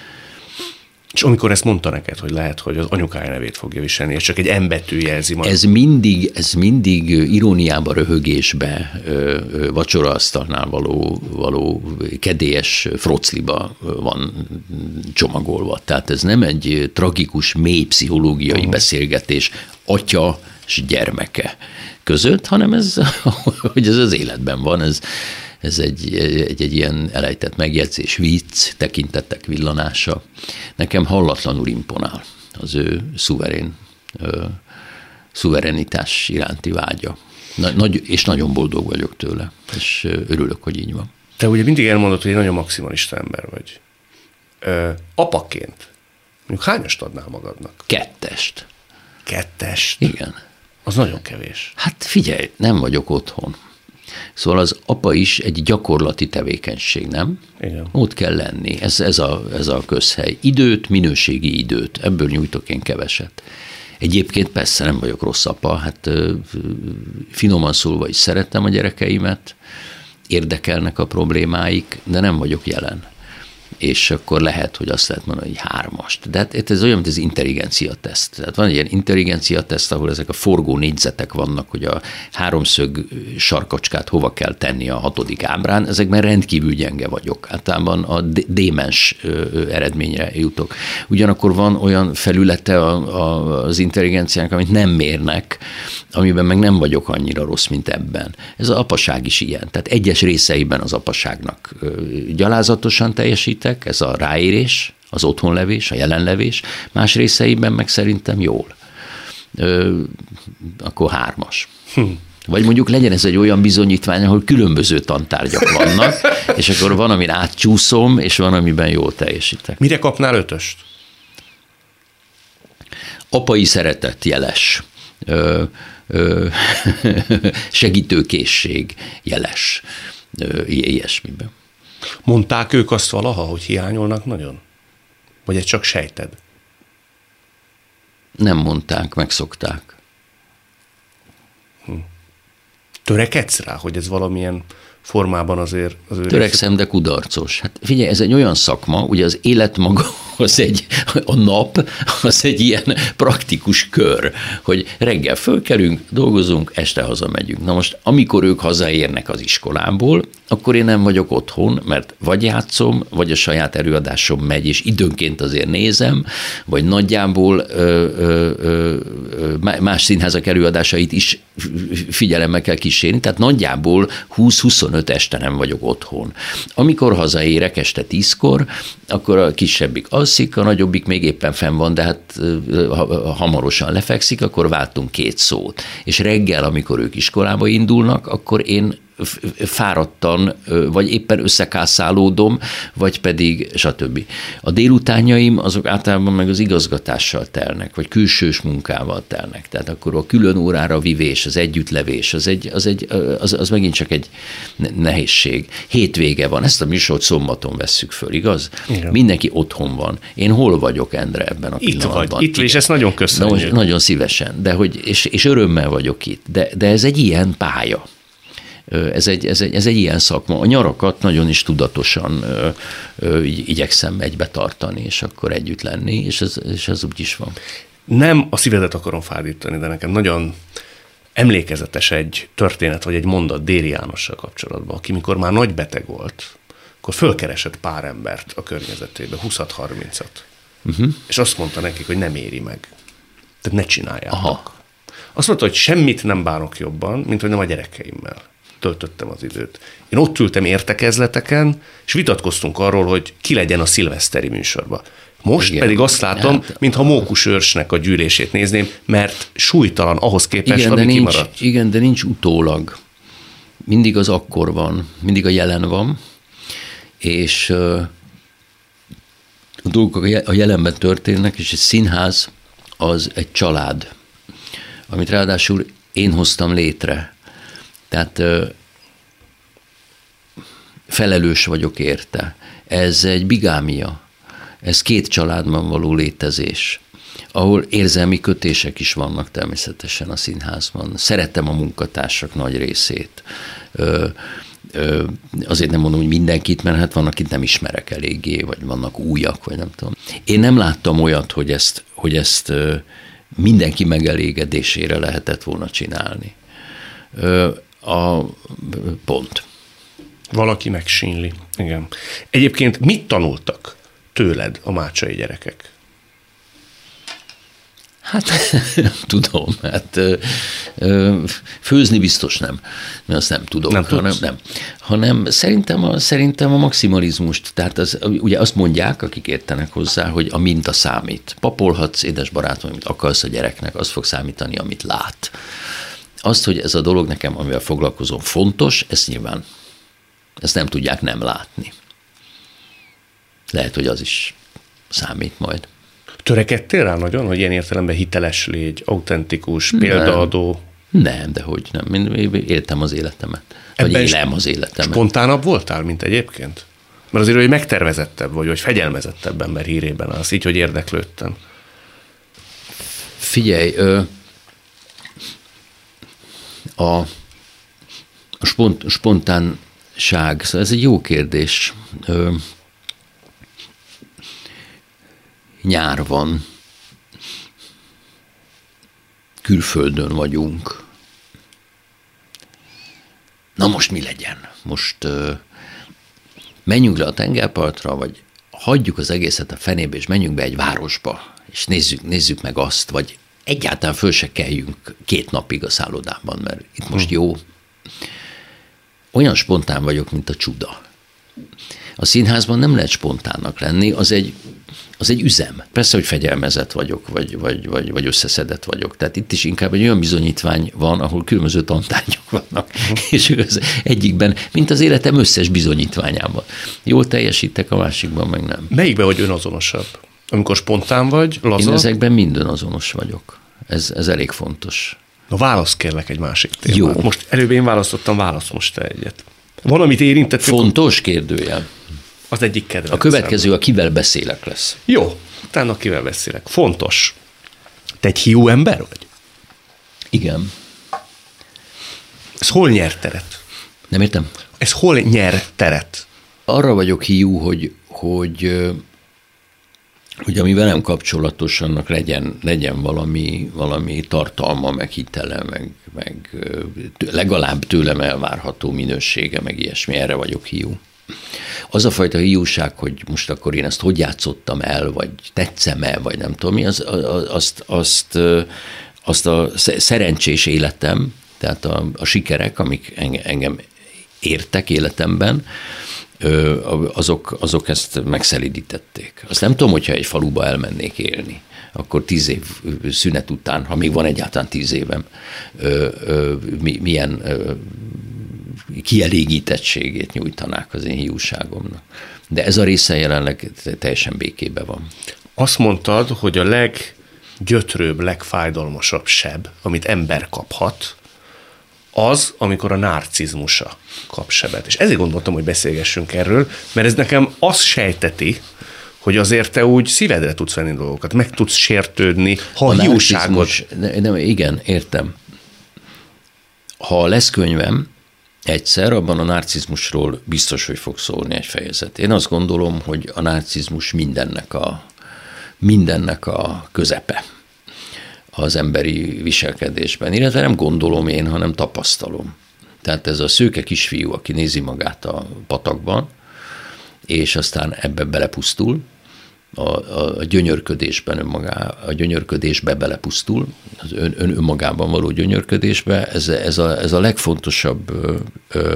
S2: És amikor ezt mondta neked, hogy lehet, hogy az anyukája nevét fogja viselni, és csak egy M betű jelzi majd.
S3: Ez mindig, ez mindig iróniába, röhögésbe, vacsoraasztalnál való, való kedélyes frocliba van csomagolva. Tehát ez nem egy tragikus, mély pszichológiai uh-huh. beszélgetés atya és gyermeke között, hanem ez, hogy ez az életben van, ez Ez egy, egy, egy ilyen elejtett megjegyzés, vicc, tekintettek villanása. Nekem hallatlanul imponál az ő szuverén, ö, szuverenitás iránti vágya. Na, nagy, és nagyon boldog vagyok tőle, és örülök, hogy így van.
S2: Te ugye mindig elmondod, hogy egy nagyon maximalista ember vagy. Ö, apaként, mondjuk hányast adnál magadnak?
S3: Kettest.
S2: Kettest?
S3: Igen.
S2: Az nagyon kevés.
S3: Hát figyelj, nem vagyok otthon. Szóval az apa is egy gyakorlati tevékenység, nem?
S2: Igen.
S3: Ott kell lenni. Ez, ez, a, ez a közhely. Időt, minőségi időt. Ebből nyújtok én keveset. Egyébként persze nem vagyok rossz apa. Hát finoman szólva is szeretem a gyerekeimet, érdekelnek a problémáik, de nem vagyok jelen. És akkor lehet, hogy azt lehet mondani, hogy hármast. De hát ez olyan, mint az intelligencia teszt. Tehát van egy ilyen intelligencia teszt, ahol ezek a forgó négyzetek vannak, hogy a háromszög sarkacskát hova kell tenni a hatodik ábrán. Ezekben rendkívül gyenge vagyok. Általában a démens eredményre jutok. Ugyanakkor van olyan felülete az intelligenciának, amit nem mérnek, amiben meg nem vagyok annyira rossz, mint ebben. Ez az apaság is ilyen. Tehát egyes részeiben az apaságnak gyalázatosan teljesítek, ez a ráérés, az otthonlevés, a jelenlevés, más részeiben meg szerintem jól. Ö, akkor hármas. Hm. Vagy mondjuk legyen ez egy olyan bizonyítvány, ahol különböző tantárgyak vannak, és akkor van, amin átcsúszom, és van, amiben jól teljesítek.
S2: Mire kapnál ötöst?
S3: Apai szeretet jeles. Ö, ö, segítőkészség jeles. Ö, ilyesmiben.
S2: Mondták ők azt valaha, hogy hiányolnak nagyon? Vagy ezt csak sejted?
S3: Nem mondták, megszokták.
S2: Hm. Törekedsz rá, hogy ez valamilyen formában azért... azért
S3: Törekszem, de kudarcos. Hát figyelj, ez egy olyan szakma, ugye az élet maga, az egy, a nap, az egy ilyen praktikus kör, hogy reggel fölkelünk, dolgozunk, este hazamegyünk. Na most, amikor ők hazaérnek az iskolából, akkor én nem vagyok otthon, mert vagy játszom, vagy a saját előadásom megy, és időnként azért nézem, vagy nagyjából ö, ö, ö, más színházak előadásait is figyelemmel kell kísérni, tehát nagyjából húsz-huszonöt este nem vagyok otthon. Amikor hazaérek este tízkor, akkor a kisebbik alszik, a nagyobbik még éppen fenn van, de hát ha hamarosan lefekszik, akkor váltunk két szót. És reggel, amikor ők iskolába indulnak, akkor én fáradtan, vagy éppen összekászálódom, vagy pedig stb. A délutánjaim azok általában meg az igazgatással telnek, vagy külsős munkával telnek. Tehát akkor a külön órára vivés, az együttlevés, az, egy, az, egy, az, az megint csak egy nehézség. Hétvége van, ezt a műsort szombaton vesszük föl, igaz? Igen. Mindenki otthon van. Én hol vagyok, Endre, ebben a
S2: itt
S3: pillanatban?
S2: Vagy, itt vagy, és ezt nagyon köszönjük.
S3: Na, nagyon szívesen, de hogy, és, és örömmel vagyok itt. De, de ez egy ilyen pálya. Ez egy, ez, egy, ez egy ilyen szakma. A nyarakat nagyon is tudatosan ö, ö, igyekszem egybe tartani, és akkor együtt lenni, és ez, és ez úgy is van.
S2: Nem a szívedet akarom fájdítani, de nekem nagyon emlékezetes egy történet, vagy egy mondat Déri Jánossal kapcsolatban, aki mikor már nagy beteg volt, akkor fölkeresett pár embert a környezetébe, húszat-harmincat. Uh-huh. És azt mondta nekik, hogy nem éri meg. Tehát ne csináljátok. Aha. Azt mondta, hogy semmit nem bánok jobban, mint hogy nem a gyerekeimmel töltöttem az időt. Én ott ültem értekezleteken, és vitatkoztunk arról, hogy ki legyen a szilveszteri műsorban. Most igen, pedig azt látom, hát, mintha Mókus őrsnek a gyűlését nézném, mert súlytalan ahhoz képest,
S3: igen,
S2: ami
S3: nincs,
S2: kimaradt.
S3: Igen, de nincs utólag. mindig az akkor van, mindig a jelen van, és a dolgok a jelenben történnek, és egy színház az egy család, amit ráadásul én hoztam létre. Tehát felelős vagyok érte. Ez egy bigámia, ez két családban való létezés, ahol érzelmi kötések is vannak természetesen a színházban. Szeretem a munkatársak nagy részét. Ö, ö, azért nem mondom, hogy mindenkit, mert hát van, akit nem ismerek eléggé, vagy vannak újak, vagy nem tudom. Én nem láttam olyat, hogy ezt, hogy ezt ö, mindenki megelégedésére lehetett volna csinálni. Ö, a pont.
S2: Valaki megsínli. Igen. Egyébként mit tanultak tőled a mácsai gyerekek?
S3: Hát nem tudom, hát ö, ö, főzni biztos nem, mert azt nem tudok,
S2: nem
S3: hanem, nem, hanem szerintem a, szerintem a maximalizmust, tehát az, ugye azt mondják, akik értenek hozzá, hogy a minta számít. Papolhatsz, édes barátom, amit akarsz a gyereknek, az fog számítani, amit lát. Azt, hogy ez a dolog nekem, amivel foglalkozom, fontos, ezt nyilván, ezt nem tudják nem látni. Lehet, hogy az is számít majd.
S2: Törekedtél rá nagyon, hogy ilyen értelemben hiteles légy, autentikus, példaadó?
S3: Nem, de hogy nem. Én éltem az életemet. Vagy
S2: Ebben
S3: élem az életemet.
S2: Spontánabb voltál, mint egyébként? Mert azért, hogy megtervezettebb vagy, vagy fegyelmezettebb ember hírében állsz, így, hogy érdeklődtem.
S3: Figyelj, ö, a, a spont, spontánság, szóval ez egy jó kérdés. Ö, Nyár van, külföldön vagyunk. Na most mi legyen? Most uh, menjünk le a tengerpartra, vagy hagyjuk az egészet a fenébe, és menjünk be egy városba, és nézzük, nézzük meg azt, vagy egyáltalán föl se kelljünk két napig a szállodában, mert itt most jó. Olyan spontán vagyok, mint a csuda. A színházban nem lehet spontánnak lenni, az egy az egy üzem. Persze, hogy fegyelmezett vagyok, vagy, vagy, vagy, vagy összeszedett vagyok. Tehát itt is inkább egy olyan bizonyítvány van, ahol különböző tantárgyak vannak, és az egyikben, mint az életem összes bizonyítványában. Jól teljesítek, a másikban meg nem.
S2: Melyikben vagy önazonosabb? Amikor spontán vagy, laza?
S3: Én ezekben mind önazonos vagyok. Ez, ez elég fontos.
S2: Na válasz kérlek egy másik témát.
S3: Jó.
S2: Most előbb én választottam, válasz most te egyet. Valamit érintett.
S3: Fontos kérdőjel.
S2: Az egyik kedvencem.
S3: A következő, a kivel beszélek lesz.
S2: Jó, utána kivel beszélek. Fontos. Te egy hiú ember vagy?
S3: Igen.
S2: Ez hol nyer teret?
S3: Nem értem?
S2: Ez hol nyer teret?
S3: Arra vagyok hiú, hogy, hogy, hogy ami velem kapcsolatos, annak legyen, legyen valami, valami tartalma, meg hitele, meg, meg legalább tőlem elvárható minősége, meg ilyesmi. Erre vagyok hiú. Az a fajta hiúság, hogy most akkor én ezt hogy játszottam el, vagy tetszem-e, vagy nem tudom mi, az, azt, azt, azt a szerencsés életem, tehát a, a sikerek, amik engem értek életemben, azok, azok ezt megszelidítették. Azt nem tudom, hogyha egy faluba elmennék élni, akkor tíz év szünet után, ha még van egyáltalán tíz évem, milyen kielégítettségét nyújtanák az én hiúságomnak. De ez a része jelenleg teljesen békében van.
S2: Azt mondtad, hogy a leggyötrőbb, legfájdalmasabb seb, amit ember kaphat, az, amikor a narcizmusa kap sebet. És ezért gondoltam, hogy beszélgessünk erről, mert ez nekem azt sejteti, hogy azért te úgy szívedre tudsz venni dolgokat, meg tudsz sértődni, ha a, a hiúságot...
S3: Ne, ne, igen, értem. Ha lesz könyvem, egyszer, abban a narcizmusról biztos, hogy fog szólni egy fejezet. Én azt gondolom, hogy a narcizmus mindennek a, mindennek a közepe az emberi viselkedésben. Illetve nem gondolom én, hanem tapasztalom. Tehát ez a szőke kisfiú, aki nézi magát a patakban, és aztán ebbe belepusztul, a, a, a gyönyörködésben önmagá, a gyönyörködésbe belepusztul, az ön, ön önmagában való gyönyörködésbe, ez, ez, a, ez a legfontosabb ö, ö,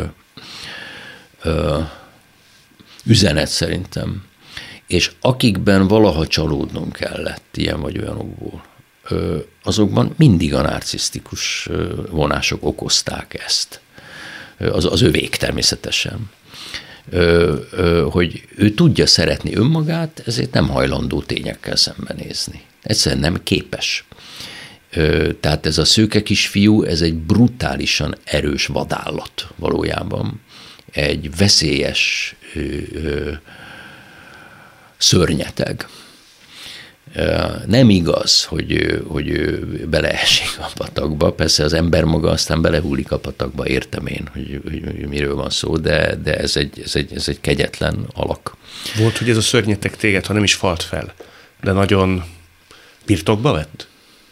S3: ö, üzenet szerintem. És akikben valaha csalódnom kellett, ilyen vagy olyanokból, ö, azokban mindig a narcisztikus vonások okozták ezt. az, az övék természetesen, ö, ö, hogy ő tudja szeretni önmagát, ezért nem hajlandó tényekkel szembenézni. Egyszerűen nem képes. Ö, tehát ez a szőke kisfiú, ez egy brutálisan erős vadállat valójában. Egy veszélyes ö, ö, szörnyeteg. Nem igaz, hogy, hogy ő beleesik a patakba, persze az ember maga aztán belehullik a patakba, értem én, hogy, hogy, hogy miről van szó, de, de ez, egy, ez, egy, ez egy kegyetlen alak.
S2: Volt, hogy ez a szörnyeteg téged, ha nem is falt fel, de nagyon birtokba vett?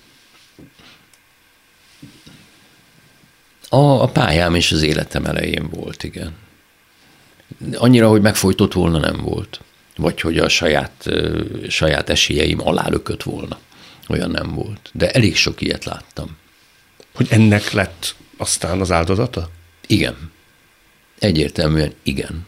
S3: A, a pályám és az életem elején volt, igen. Annyira, hogy megfojtott volna, nem volt. Vagy hogy a saját, saját esélyeim alá lökött volna. Olyan nem volt. De elég sok ilyet láttam.
S2: Hogy ennek lett aztán az áldozata?
S3: Igen. Egyértelműen igen.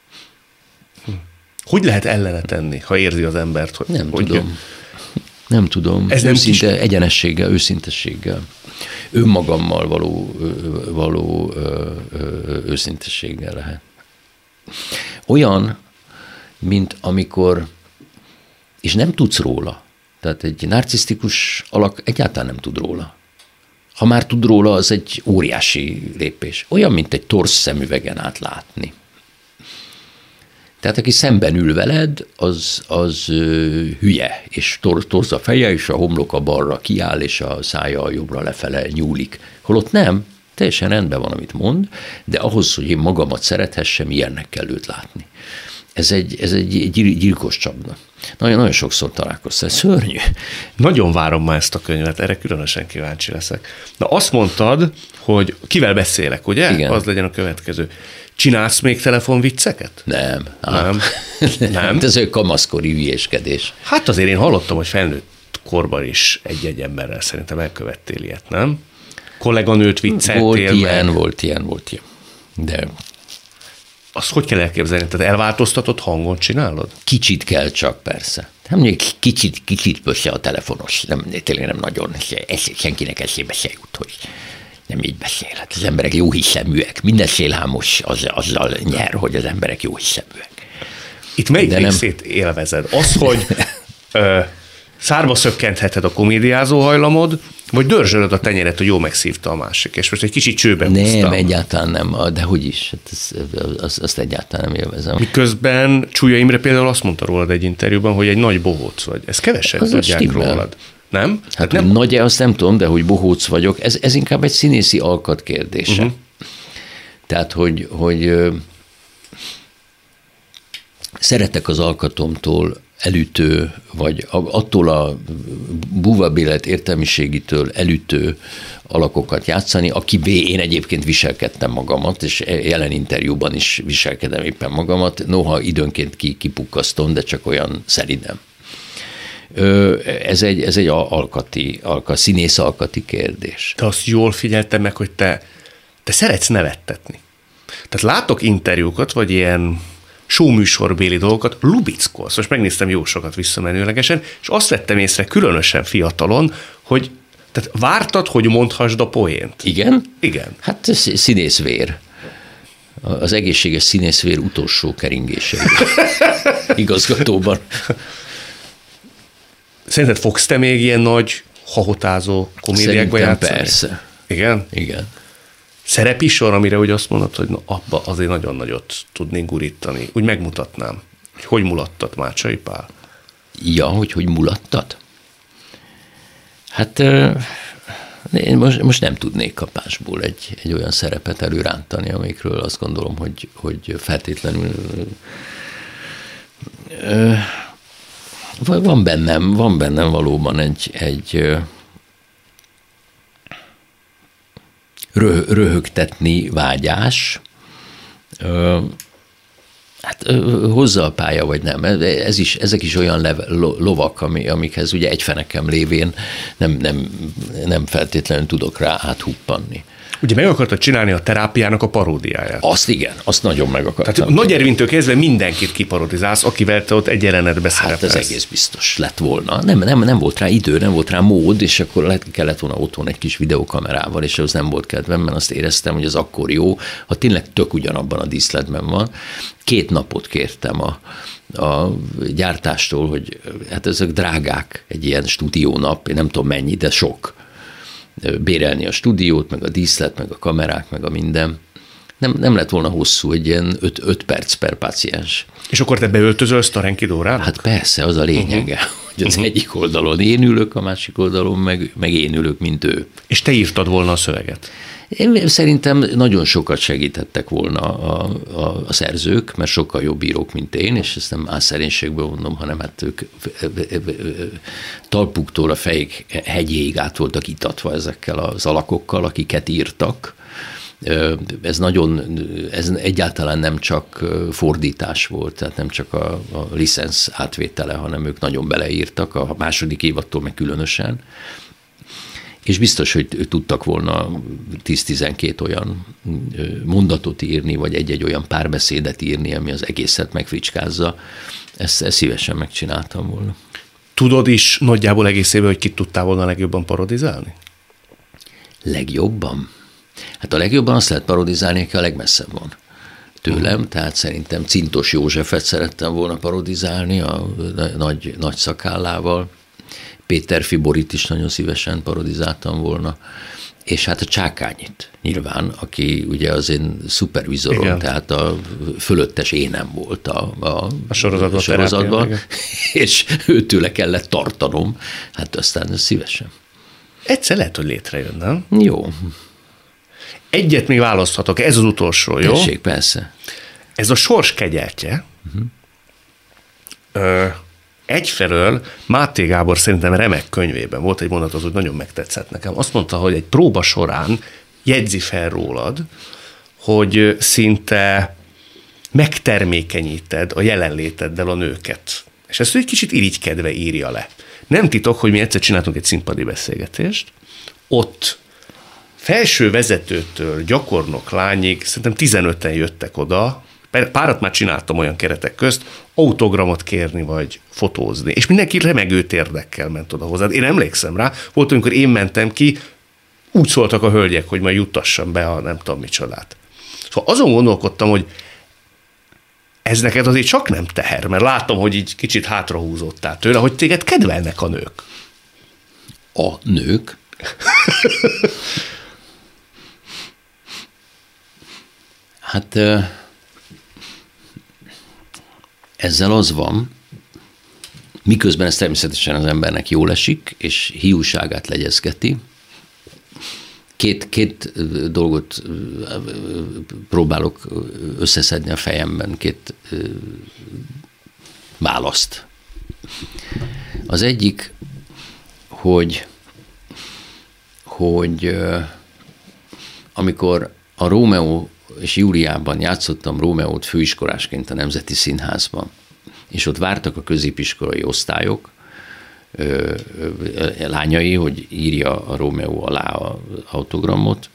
S2: Hogy lehet ellene tenni, ha érzi az embert? Hogy,
S3: nem
S2: hogy
S3: tudom. Nem tudom.
S2: Ez
S3: őszinte,
S2: nem kis...
S3: egyenességgel, őszintességgel. Önmagammal való, való őszintességgel lehet. Olyan, mint amikor, és nem tudsz róla. Tehát egy narcisztikus alak egyáltalán nem tud róla. Ha már tud róla, az egy óriási lépés. Olyan, mint egy torz szemüvegen át látni. Tehát aki szemben ül veled, az, az hülye, és tor, torz a feje, és a homloka balra kiáll, és a szája a jobbra lefele nyúlik. Holott nem, teljesen rendben van, amit mond, de ahhoz, hogy én magamat szerethessem, ilyennek kell őt látni. Ez egy, ez egy gyilkos csapda. Nagyon, nagyon sokszor találkoztam, szörnyű.
S2: Nagyon várom már ezt a könyvet, erre különösen kíváncsi leszek. Na azt mondtad, hogy kivel beszélek, ugye?
S3: Igen.
S2: Az legyen a következő. Csinálsz még telefonvicceket?
S3: Nem.
S2: Nem. Nem.
S3: Ez egy kamaszkori hülyéskedés.
S2: Hát azért én hallottam, hogy felnőtt korban is egy-egy emberrel szerintem elkövettél ilyet, nem? Kolléganőt vicceltél.
S3: Volt ilyen,
S2: meg.
S3: volt ilyen, volt ilyen. De...
S2: Azt hogy kell elképzelni? Tehát elváltoztatott hangon csinálod?
S3: Kicsit kell csak, persze. Nem még kicsit, kicsit pösse a telefonos. Nem, tényleg nem nagyon. Ez, senkinek eszébe se jut, hogy nem így beszélhet. Az emberek jó hiszeműek. Minden szélhámos az, azzal nyer, hogy az emberek jó hiszeműek.
S2: Itt melyik
S3: De
S2: részét nem... élvezed? Az, hogy ö, szárba szökkentheted a komédiázó hajlamod, vagy dörzsölöd a tenyeret, hogy jó megszívta a másik, és most egy kicsit csőbe húztam.
S3: Nem, egyáltalán nem, de hogy is, hát az, az, azt egyáltalán nem élvezem.
S2: Miközben Csúlya Imre például azt mondta rólad egy interjúban, hogy egy nagy bohóc vagy. Ezt kevesen az tudják rólad. Nem?
S3: Hát,
S2: hát
S3: nem? Nagy-e, azt nem tudom, de hogy bohóc vagyok, ez, ez inkább egy színészi alkat kérdése. Uh-huh. Tehát, hogy, hogy ö, szeretek az alkatomtól elütő, vagy attól a búvabb élet értelmiségitől elütő alakokat játszani, akivé én egyébként viselkedtem magamat, és jelen interjúban is viselkedem éppen magamat, noha időnként kipukkasztom, de csak olyan szeridem. Ez egy, ez egy alkati, alka, színész alkati kérdés.
S2: Te azt jól figyeltem meg, hogy te, te szeretsz nevettetni. Tehát látok interjúkat, vagy ilyen showműsorbéli dolgokat, lubickolsz. Most megnéztem jó sokat visszamenőlegesen, és azt vettem észre különösen fiatalon, hogy tehát vártad, hogy mondhassd a poént.
S3: Igen?
S2: Igen.
S3: Hát színészvér. Az egészséges színészvér utolsó keringése. Igazgatóban.
S2: Szerinted fogsz te még ilyen nagy, hahotázó komédiákba játszani?
S3: Persze.
S2: Igen?
S3: Igen.
S2: Szerepi sor, amire úgy azt mondod, hogy na, abba azért nagyon nagyot tudnénk gurítani. Úgy megmutatnám, hogy hogy mulattad Mácsai Pál.
S3: Ja, hogy hogy mulattad? Hát én most, most nem tudnék kapásból egy, egy olyan szerepet előrántani, amikről azt gondolom, hogy, hogy feltétlenül van bennem, van bennem valóban egy, egy röhögtetni vágyás, hát hozza a pálya, vagy nem. Ez is, ezek is olyan lev, lovak, amikhez ugye egy fenekem lévén nem, nem, nem feltétlenül tudok rá áthuppanni.
S2: Ugye meg akartad csinálni a Terápiának a paródiáját.
S3: Azt igen, azt nagyon meg akartam.
S2: Tehát Nagy Ervintől kezdve mindenkit kiparodizálsz, akivel te ott egy jelenetbe szerepelsz.
S3: Hát ez egész biztos lett volna. Nem, nem, nem volt rá idő, nem volt rá mód, és akkor lehet, kellett volna otthon egy kis videokamerával, és az nem volt kedvem, mert azt éreztem, hogy az akkor jó, ha tényleg tök ugyanabban a díszletben van. Két napot kértem a, a gyártástól, hogy hát ezek drágák, egy ilyen stúdiónap, én nem tudom mennyi, de sok. Bérelni a stúdiót, meg a díszlet, meg a kamerák, meg a minden. Nem, nem lett volna hosszú, egy ilyen öt perc per páciens.
S2: És akkor te beöltözölsz Tarenki Dórának?
S3: Hát persze, az a lényege, uh-huh. hogy az uh-huh. egyik oldalon én ülök, a másik oldalon meg, meg én ülök, mint ő.
S2: És te írtad volna a szöveget?
S3: Én szerintem nagyon sokat segítettek volna a, a, a szerzők, mert sokkal jobb írók, mint én, és ezt nem álszerénységből mondom, hanem hát ők talpuktól a fejük hegyéig át voltak itatva ezekkel az alakokkal, akiket írtak. Ez nagyon, ez egyáltalán nem csak fordítás volt, tehát nem csak a, a licensz átvétele, hanem ők nagyon beleírtak, a második évadtól meg különösen. És biztos, hogy tudtak volna tíz-tizenkét olyan mondatot írni, vagy egy-egy olyan párbeszédet írni, ami az egészet megfricskázza. Ezt, ezt szívesen megcsináltam volna.
S2: Tudod is nagyjából egészében, hogy kit tudtál volna legjobban parodizálni? Legjobban?
S3: Hát a legjobban azt lehet parodizálni, aki a legmesszebb van tőlem, uh-huh. tehát szerintem Cintos Józsefet szerettem volna parodizálni a nagy, nagy szakállával. Péter Fiborit is nagyon szívesen parodizáltam volna, és hát a Csákányit nyilván, aki ugye az én szupervizorom, igen. tehát a fölöttes énem volt a, a,
S2: a sorozatban,
S3: a sorozatban és őtőle kellett tartanom, hát aztán szívesen.
S2: Egyszer lehet, hogy létrejön, nem?
S3: Jó.
S2: Egyet még választhatok, ez az utolsó, jó?
S3: Tessék, persze.
S2: Ez a Sors kegyeltje. Uh-huh. Ö, egyfelől Máté Gábor szerintem remek könyvében volt egy mondat, az, hogy nagyon megtetszett nekem. Azt mondta, hogy egy próba során jegyzi fel rólad, hogy szinte megtermékenyíted a jelenléteddel a nőket. És ezt egy kicsit irigykedve írja le. Nem titok, hogy mi egyszer csináltunk egy színpadi beszélgetést, ott felső vezetőtől gyakornok lányig szerintem tizenöten jöttek oda, párat már csináltam olyan keretek közt, autogramot kérni vagy fotózni, és mindenki remegő térdekkel ment oda hozzád. Én emlékszem rá, volt, amikor én mentem ki, úgy szóltak a hölgyek, hogy majd juttassam be a nem tudom micsodát. Szóval azon gondolkodtam, hogy ez neked azért csak nem teher, mert látom, hogy így kicsit hátrahúzottál tőle, hogy téged kedvelnek a nők.
S3: A nők? Hát ezzel az van, miközben ez természetesen az embernek jól esik, és hiúságát legyezgeti. Két, két dolgot próbálok összeszedni a fejemben, két választ. Az egyik, hogy, hogy amikor a Rómeó és Júliában játszottam Rómeót főiskolásként a Nemzeti Színházban, és ott vártak a középiskolai osztályok, ö, ö, lányai, hogy írja a Rómeó alá az autogramot,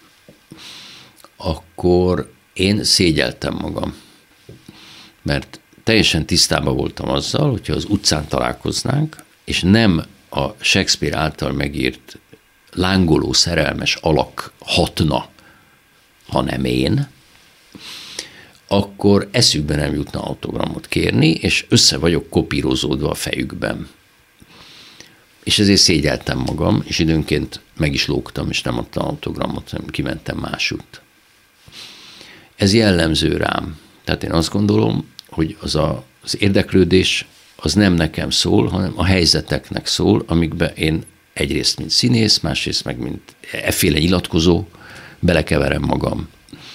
S3: akkor én szégyeltem magam, mert teljesen tisztában voltam azzal, hogyha az utcán találkoznánk, és nem a Shakespeare által megírt lángoló szerelmes alak hatna, hanem én, akkor eszükbe nem jutna autogramot kérni, és össze vagyok kopírozódva a fejükben. És ezért szégyeltem magam, és időnként meg is lógtam, és nem adtam autogramot, hanem kimentem másút. Ez jellemző rám. Tehát én azt gondolom, hogy az, a, az érdeklődés az nem nekem szól, hanem a helyzeteknek szól, amikben én egyrészt, mint színész, másrészt meg, mint efféle nyilatkozó, belekeverem magam.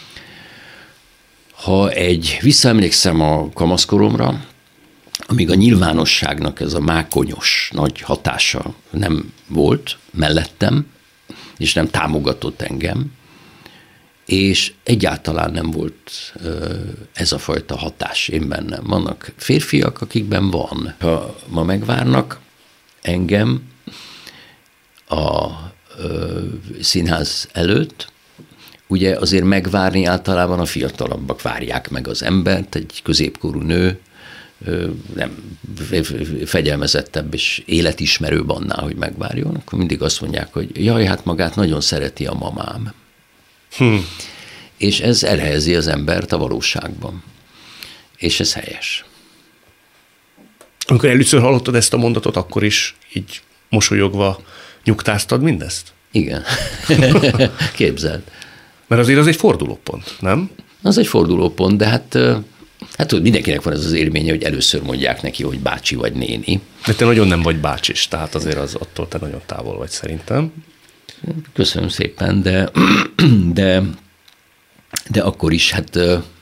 S3: Ha egy, visszaemlékszem a kamaszkoromra, amíg a nyilvánosságnak ez a mákonyos nagy hatása nem volt mellettem, és nem támogatott engem, és egyáltalán nem volt ez a fajta hatás én bennem. Vannak férfiak, akikben van. Ha ma megvárnak engem a színház előtt, ugye azért megvárni általában a fiatalabbak várják meg az embert, egy középkorú nő, nem fegyelmezettebb és életismerőbb annál, hogy megvárjon, akkor mindig azt mondják, hogy jaj, hát magát nagyon szereti a mamám. Hm. És ez elhelyezi az embert a valóságban. És ez helyes.
S2: Amikor először hallottad ezt a mondatot, akkor is így mosolyogva nyugtáztad mindezt?
S3: Igen. Képzeld.
S2: Mert azért az egy fordulópont, nem?
S3: Az egy fordulópont, de hát, hát tudod, mindenkinek van ez az élménye, hogy először mondják neki, hogy bácsi vagy néni.
S2: De te nagyon nem vagy bácsis, tehát azért az attól te nagyon távol vagy szerintem.
S3: Köszönöm szépen, de, de, de akkor is, hát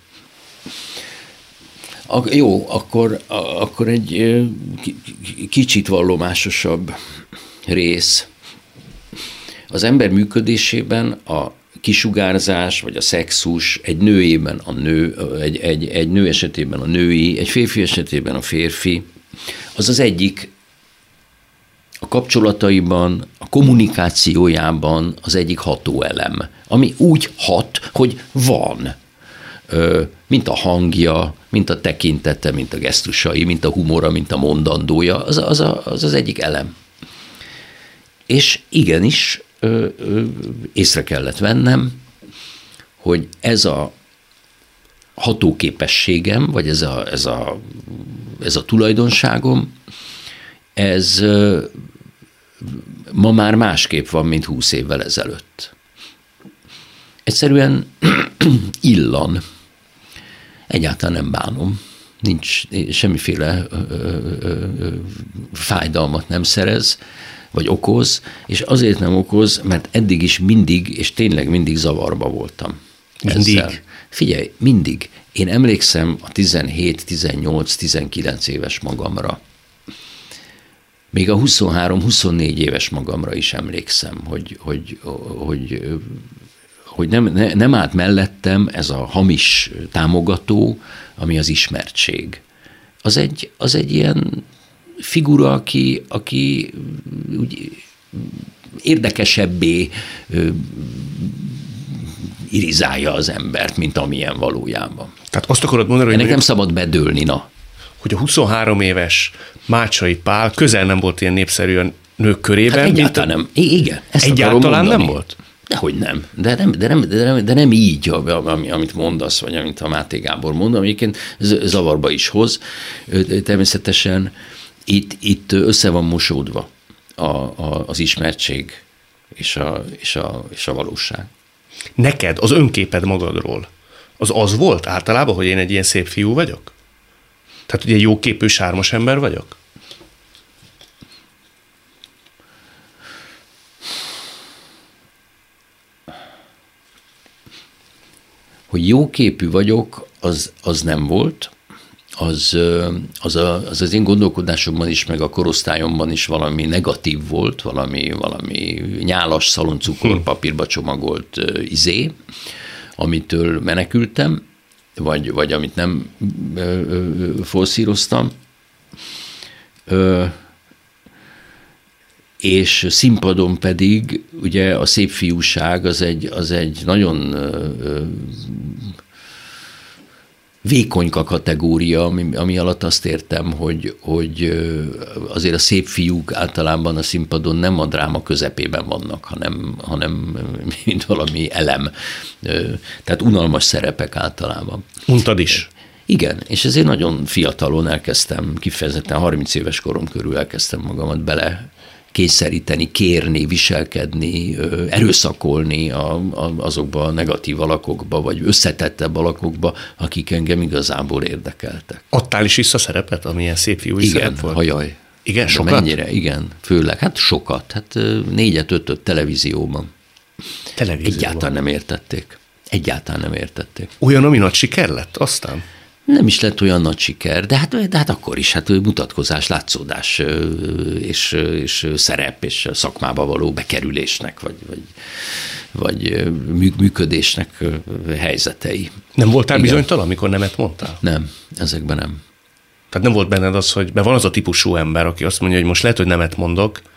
S3: jó, akkor, akkor egy kicsit vallomásosabb rész. Az ember működésében a kisugárzás, vagy a szexus egy nőében a nő, egy, egy, egy nő esetében a női, egy férfi esetében a férfi, az az egyik a kapcsolataiban, a kommunikációjában az egyik hatóelem, ami úgy hat, hogy van, mint a hangja, mint a tekintete, mint a gesztusai, mint a humora, mint a mondandója, az az, az, az egyik elem. És igenis ö, ö, észre kellett vennem, hogy ez a hatóképességem, vagy ez a, ez a, ez a tulajdonságom, ez ö, ma már másképp van, mint húsz évvel ezelőtt. Egyszerűen illan. Egyáltalán nem bánom. Nincs semmiféle ö, ö, ö, fájdalmat nem szerez, vagy okoz, és azért nem okoz, mert eddig is mindig, és tényleg mindig zavarba voltam.
S2: Mindig?
S3: Ezzel. Figyelj, mindig. Én emlékszem a tizenhét, tizennyolc, tizenkilenc éves magamra. Még a huszonhárom, huszonnégy éves magamra is emlékszem, hogy, hogy, hogy, hogy nem, ne, nem állt mellettem ez a hamis támogató, ami az ismertség. Az egy, az egy ilyen figura, aki, aki úgy érdekesebbé ö, irizálja az embert, mint amilyen valójában.
S2: Tehát azt akarod mondani, hogy...
S3: Ennek nem szabad bedőlni, na.
S2: Hogy a huszonhárom éves Mácsai Pál közel nem volt ilyen népszerű a nők körében.
S3: Hát egyáltalán nem. Igen. Ezt
S2: egyáltalán nem volt?
S3: Dehogy nem. De nem, de nem, de nem, de nem így, amit mondasz, vagy amit a Máté Gábor mond, amiket zavarba is hoz. Természetesen itt, itt össze van mosódva a, a, az ismertség és a, és, a, és a valóság.
S2: Neked az önképed magadról az az volt általában, hogy én egy ilyen szép fiú vagyok? Tehát, hogy egy jóképű, sármos ember vagyok?
S3: Hogy jóképű vagyok, az, az nem volt. Az az, a, az az én gondolkodásomban is, meg a korosztályomban is valami negatív volt, valami, valami nyálas szaloncukor papírba csomagolt izé, amitől menekültem, vagy, vagy amit nem ö, ö, forszíroztam. Ö, és színpadon pedig ugye a szép fiúság az egy, az egy nagyon ö, vékonyka kategória, ami, ami alatt azt értem, hogy, hogy azért a szép fiúk általában a színpadon nem a dráma közepében vannak, hanem, hanem mint valami elem. Tehát unalmas szerepek általában.
S2: Untad is.
S3: Igen, és ezért nagyon fiatalon elkezdtem, kifejezetten harminc éves korom körül elkezdtem magamat bele kényszeríteni, kérni, viselkedni, erőszakolni a, a, azokba a negatív alakokba, vagy összetettebb alakokba, akik engem igazából érdekeltek.
S2: Adtál is vissza szerepet, amilyen szép fiúi
S3: igen,
S2: szerep volt?
S3: hajaj.
S2: Igen,
S3: de
S2: sokat?
S3: Mennyire, igen, főleg, hát sokat, hát négyet, ötöt televízióban.
S2: Televízióban?
S3: Egyáltalán nem értették. Egyáltalán nem értették.
S2: Olyan, ami nagy siker lett aztán?
S3: Nem is lett olyan nagy siker, de hát, de hát akkor is hát mutatkozás, látszódás és, és szerep és szakmába való bekerülésnek, vagy, vagy, vagy működésnek helyzetei.
S2: Nem voltál
S3: igen.
S2: bizonytalan, amikor nemet mondtál?
S3: Nem, ezekben nem.
S2: Tehát nem volt benned az, hogy mert van az a típusú ember, aki azt mondja, hogy most lehet, hogy nemet mondok,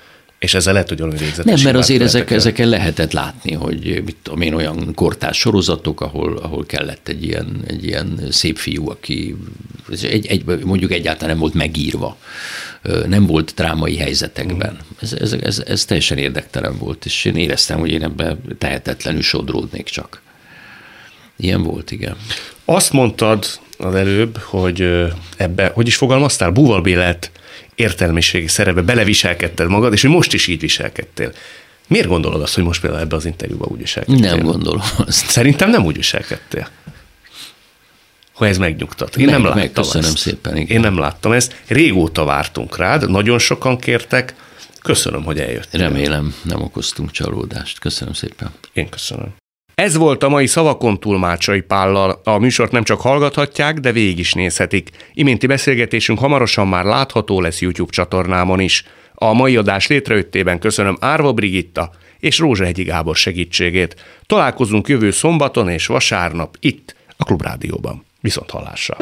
S2: És ezzel lehet, hogy olyan végzetes.
S3: Nem, mert azért ezek, ezeken lehetett látni, hogy mit tudom én, olyan kortárs sorozatok, ahol, ahol kellett egy ilyen, egy ilyen szép fiú, aki egy, egy, mondjuk egyáltalán nem volt megírva, nem volt drámai helyzetekben. Ez, ez, ez, ez teljesen érdektelen volt, és én éreztem, hogy én ebben tehetetlenül sodródnék csak. Ilyen volt, igen.
S2: Azt mondtad az előbb, hogy ebbe, hogy is fogalmaztál, búvalbélelt értelmiségi szerepbe beleviselkedted magad, és hogy most is így viselkedtél. Miért gondolod azt, hogy most például ebbe az interjúba úgy viselkedtél?
S3: Nem gondolom azt.
S2: Szerintem nem úgy viselkedtél. Ha ez megnyugtat. Én
S3: meg,
S2: nem láttam
S3: meg, köszönöm
S2: ezt.
S3: szépen. Igen.
S2: Én nem láttam ezt. Régóta vártunk rád, nagyon sokan kértek. Köszönöm, hogy eljöttél.
S3: Remélem, nem okoztunk csalódást. Köszönöm szépen.
S2: Én köszönöm. Ez volt a mai Szavakon túl Mácsai Pállal. A műsort nem csak hallgathatják, de végig is nézhetik. Iménti beszélgetésünk hamarosan már látható lesz YouTube csatornámon is. A mai adás létrejöttében köszönöm Árva Brigitta és Rózsahegyi Gábor segítségét. Találkozunk jövő szombaton és vasárnap itt, a Klubrádióban. Viszont hallásra!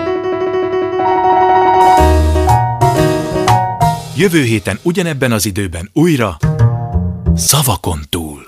S1: Jövő héten ugyanebben az időben újra Szavakon túl.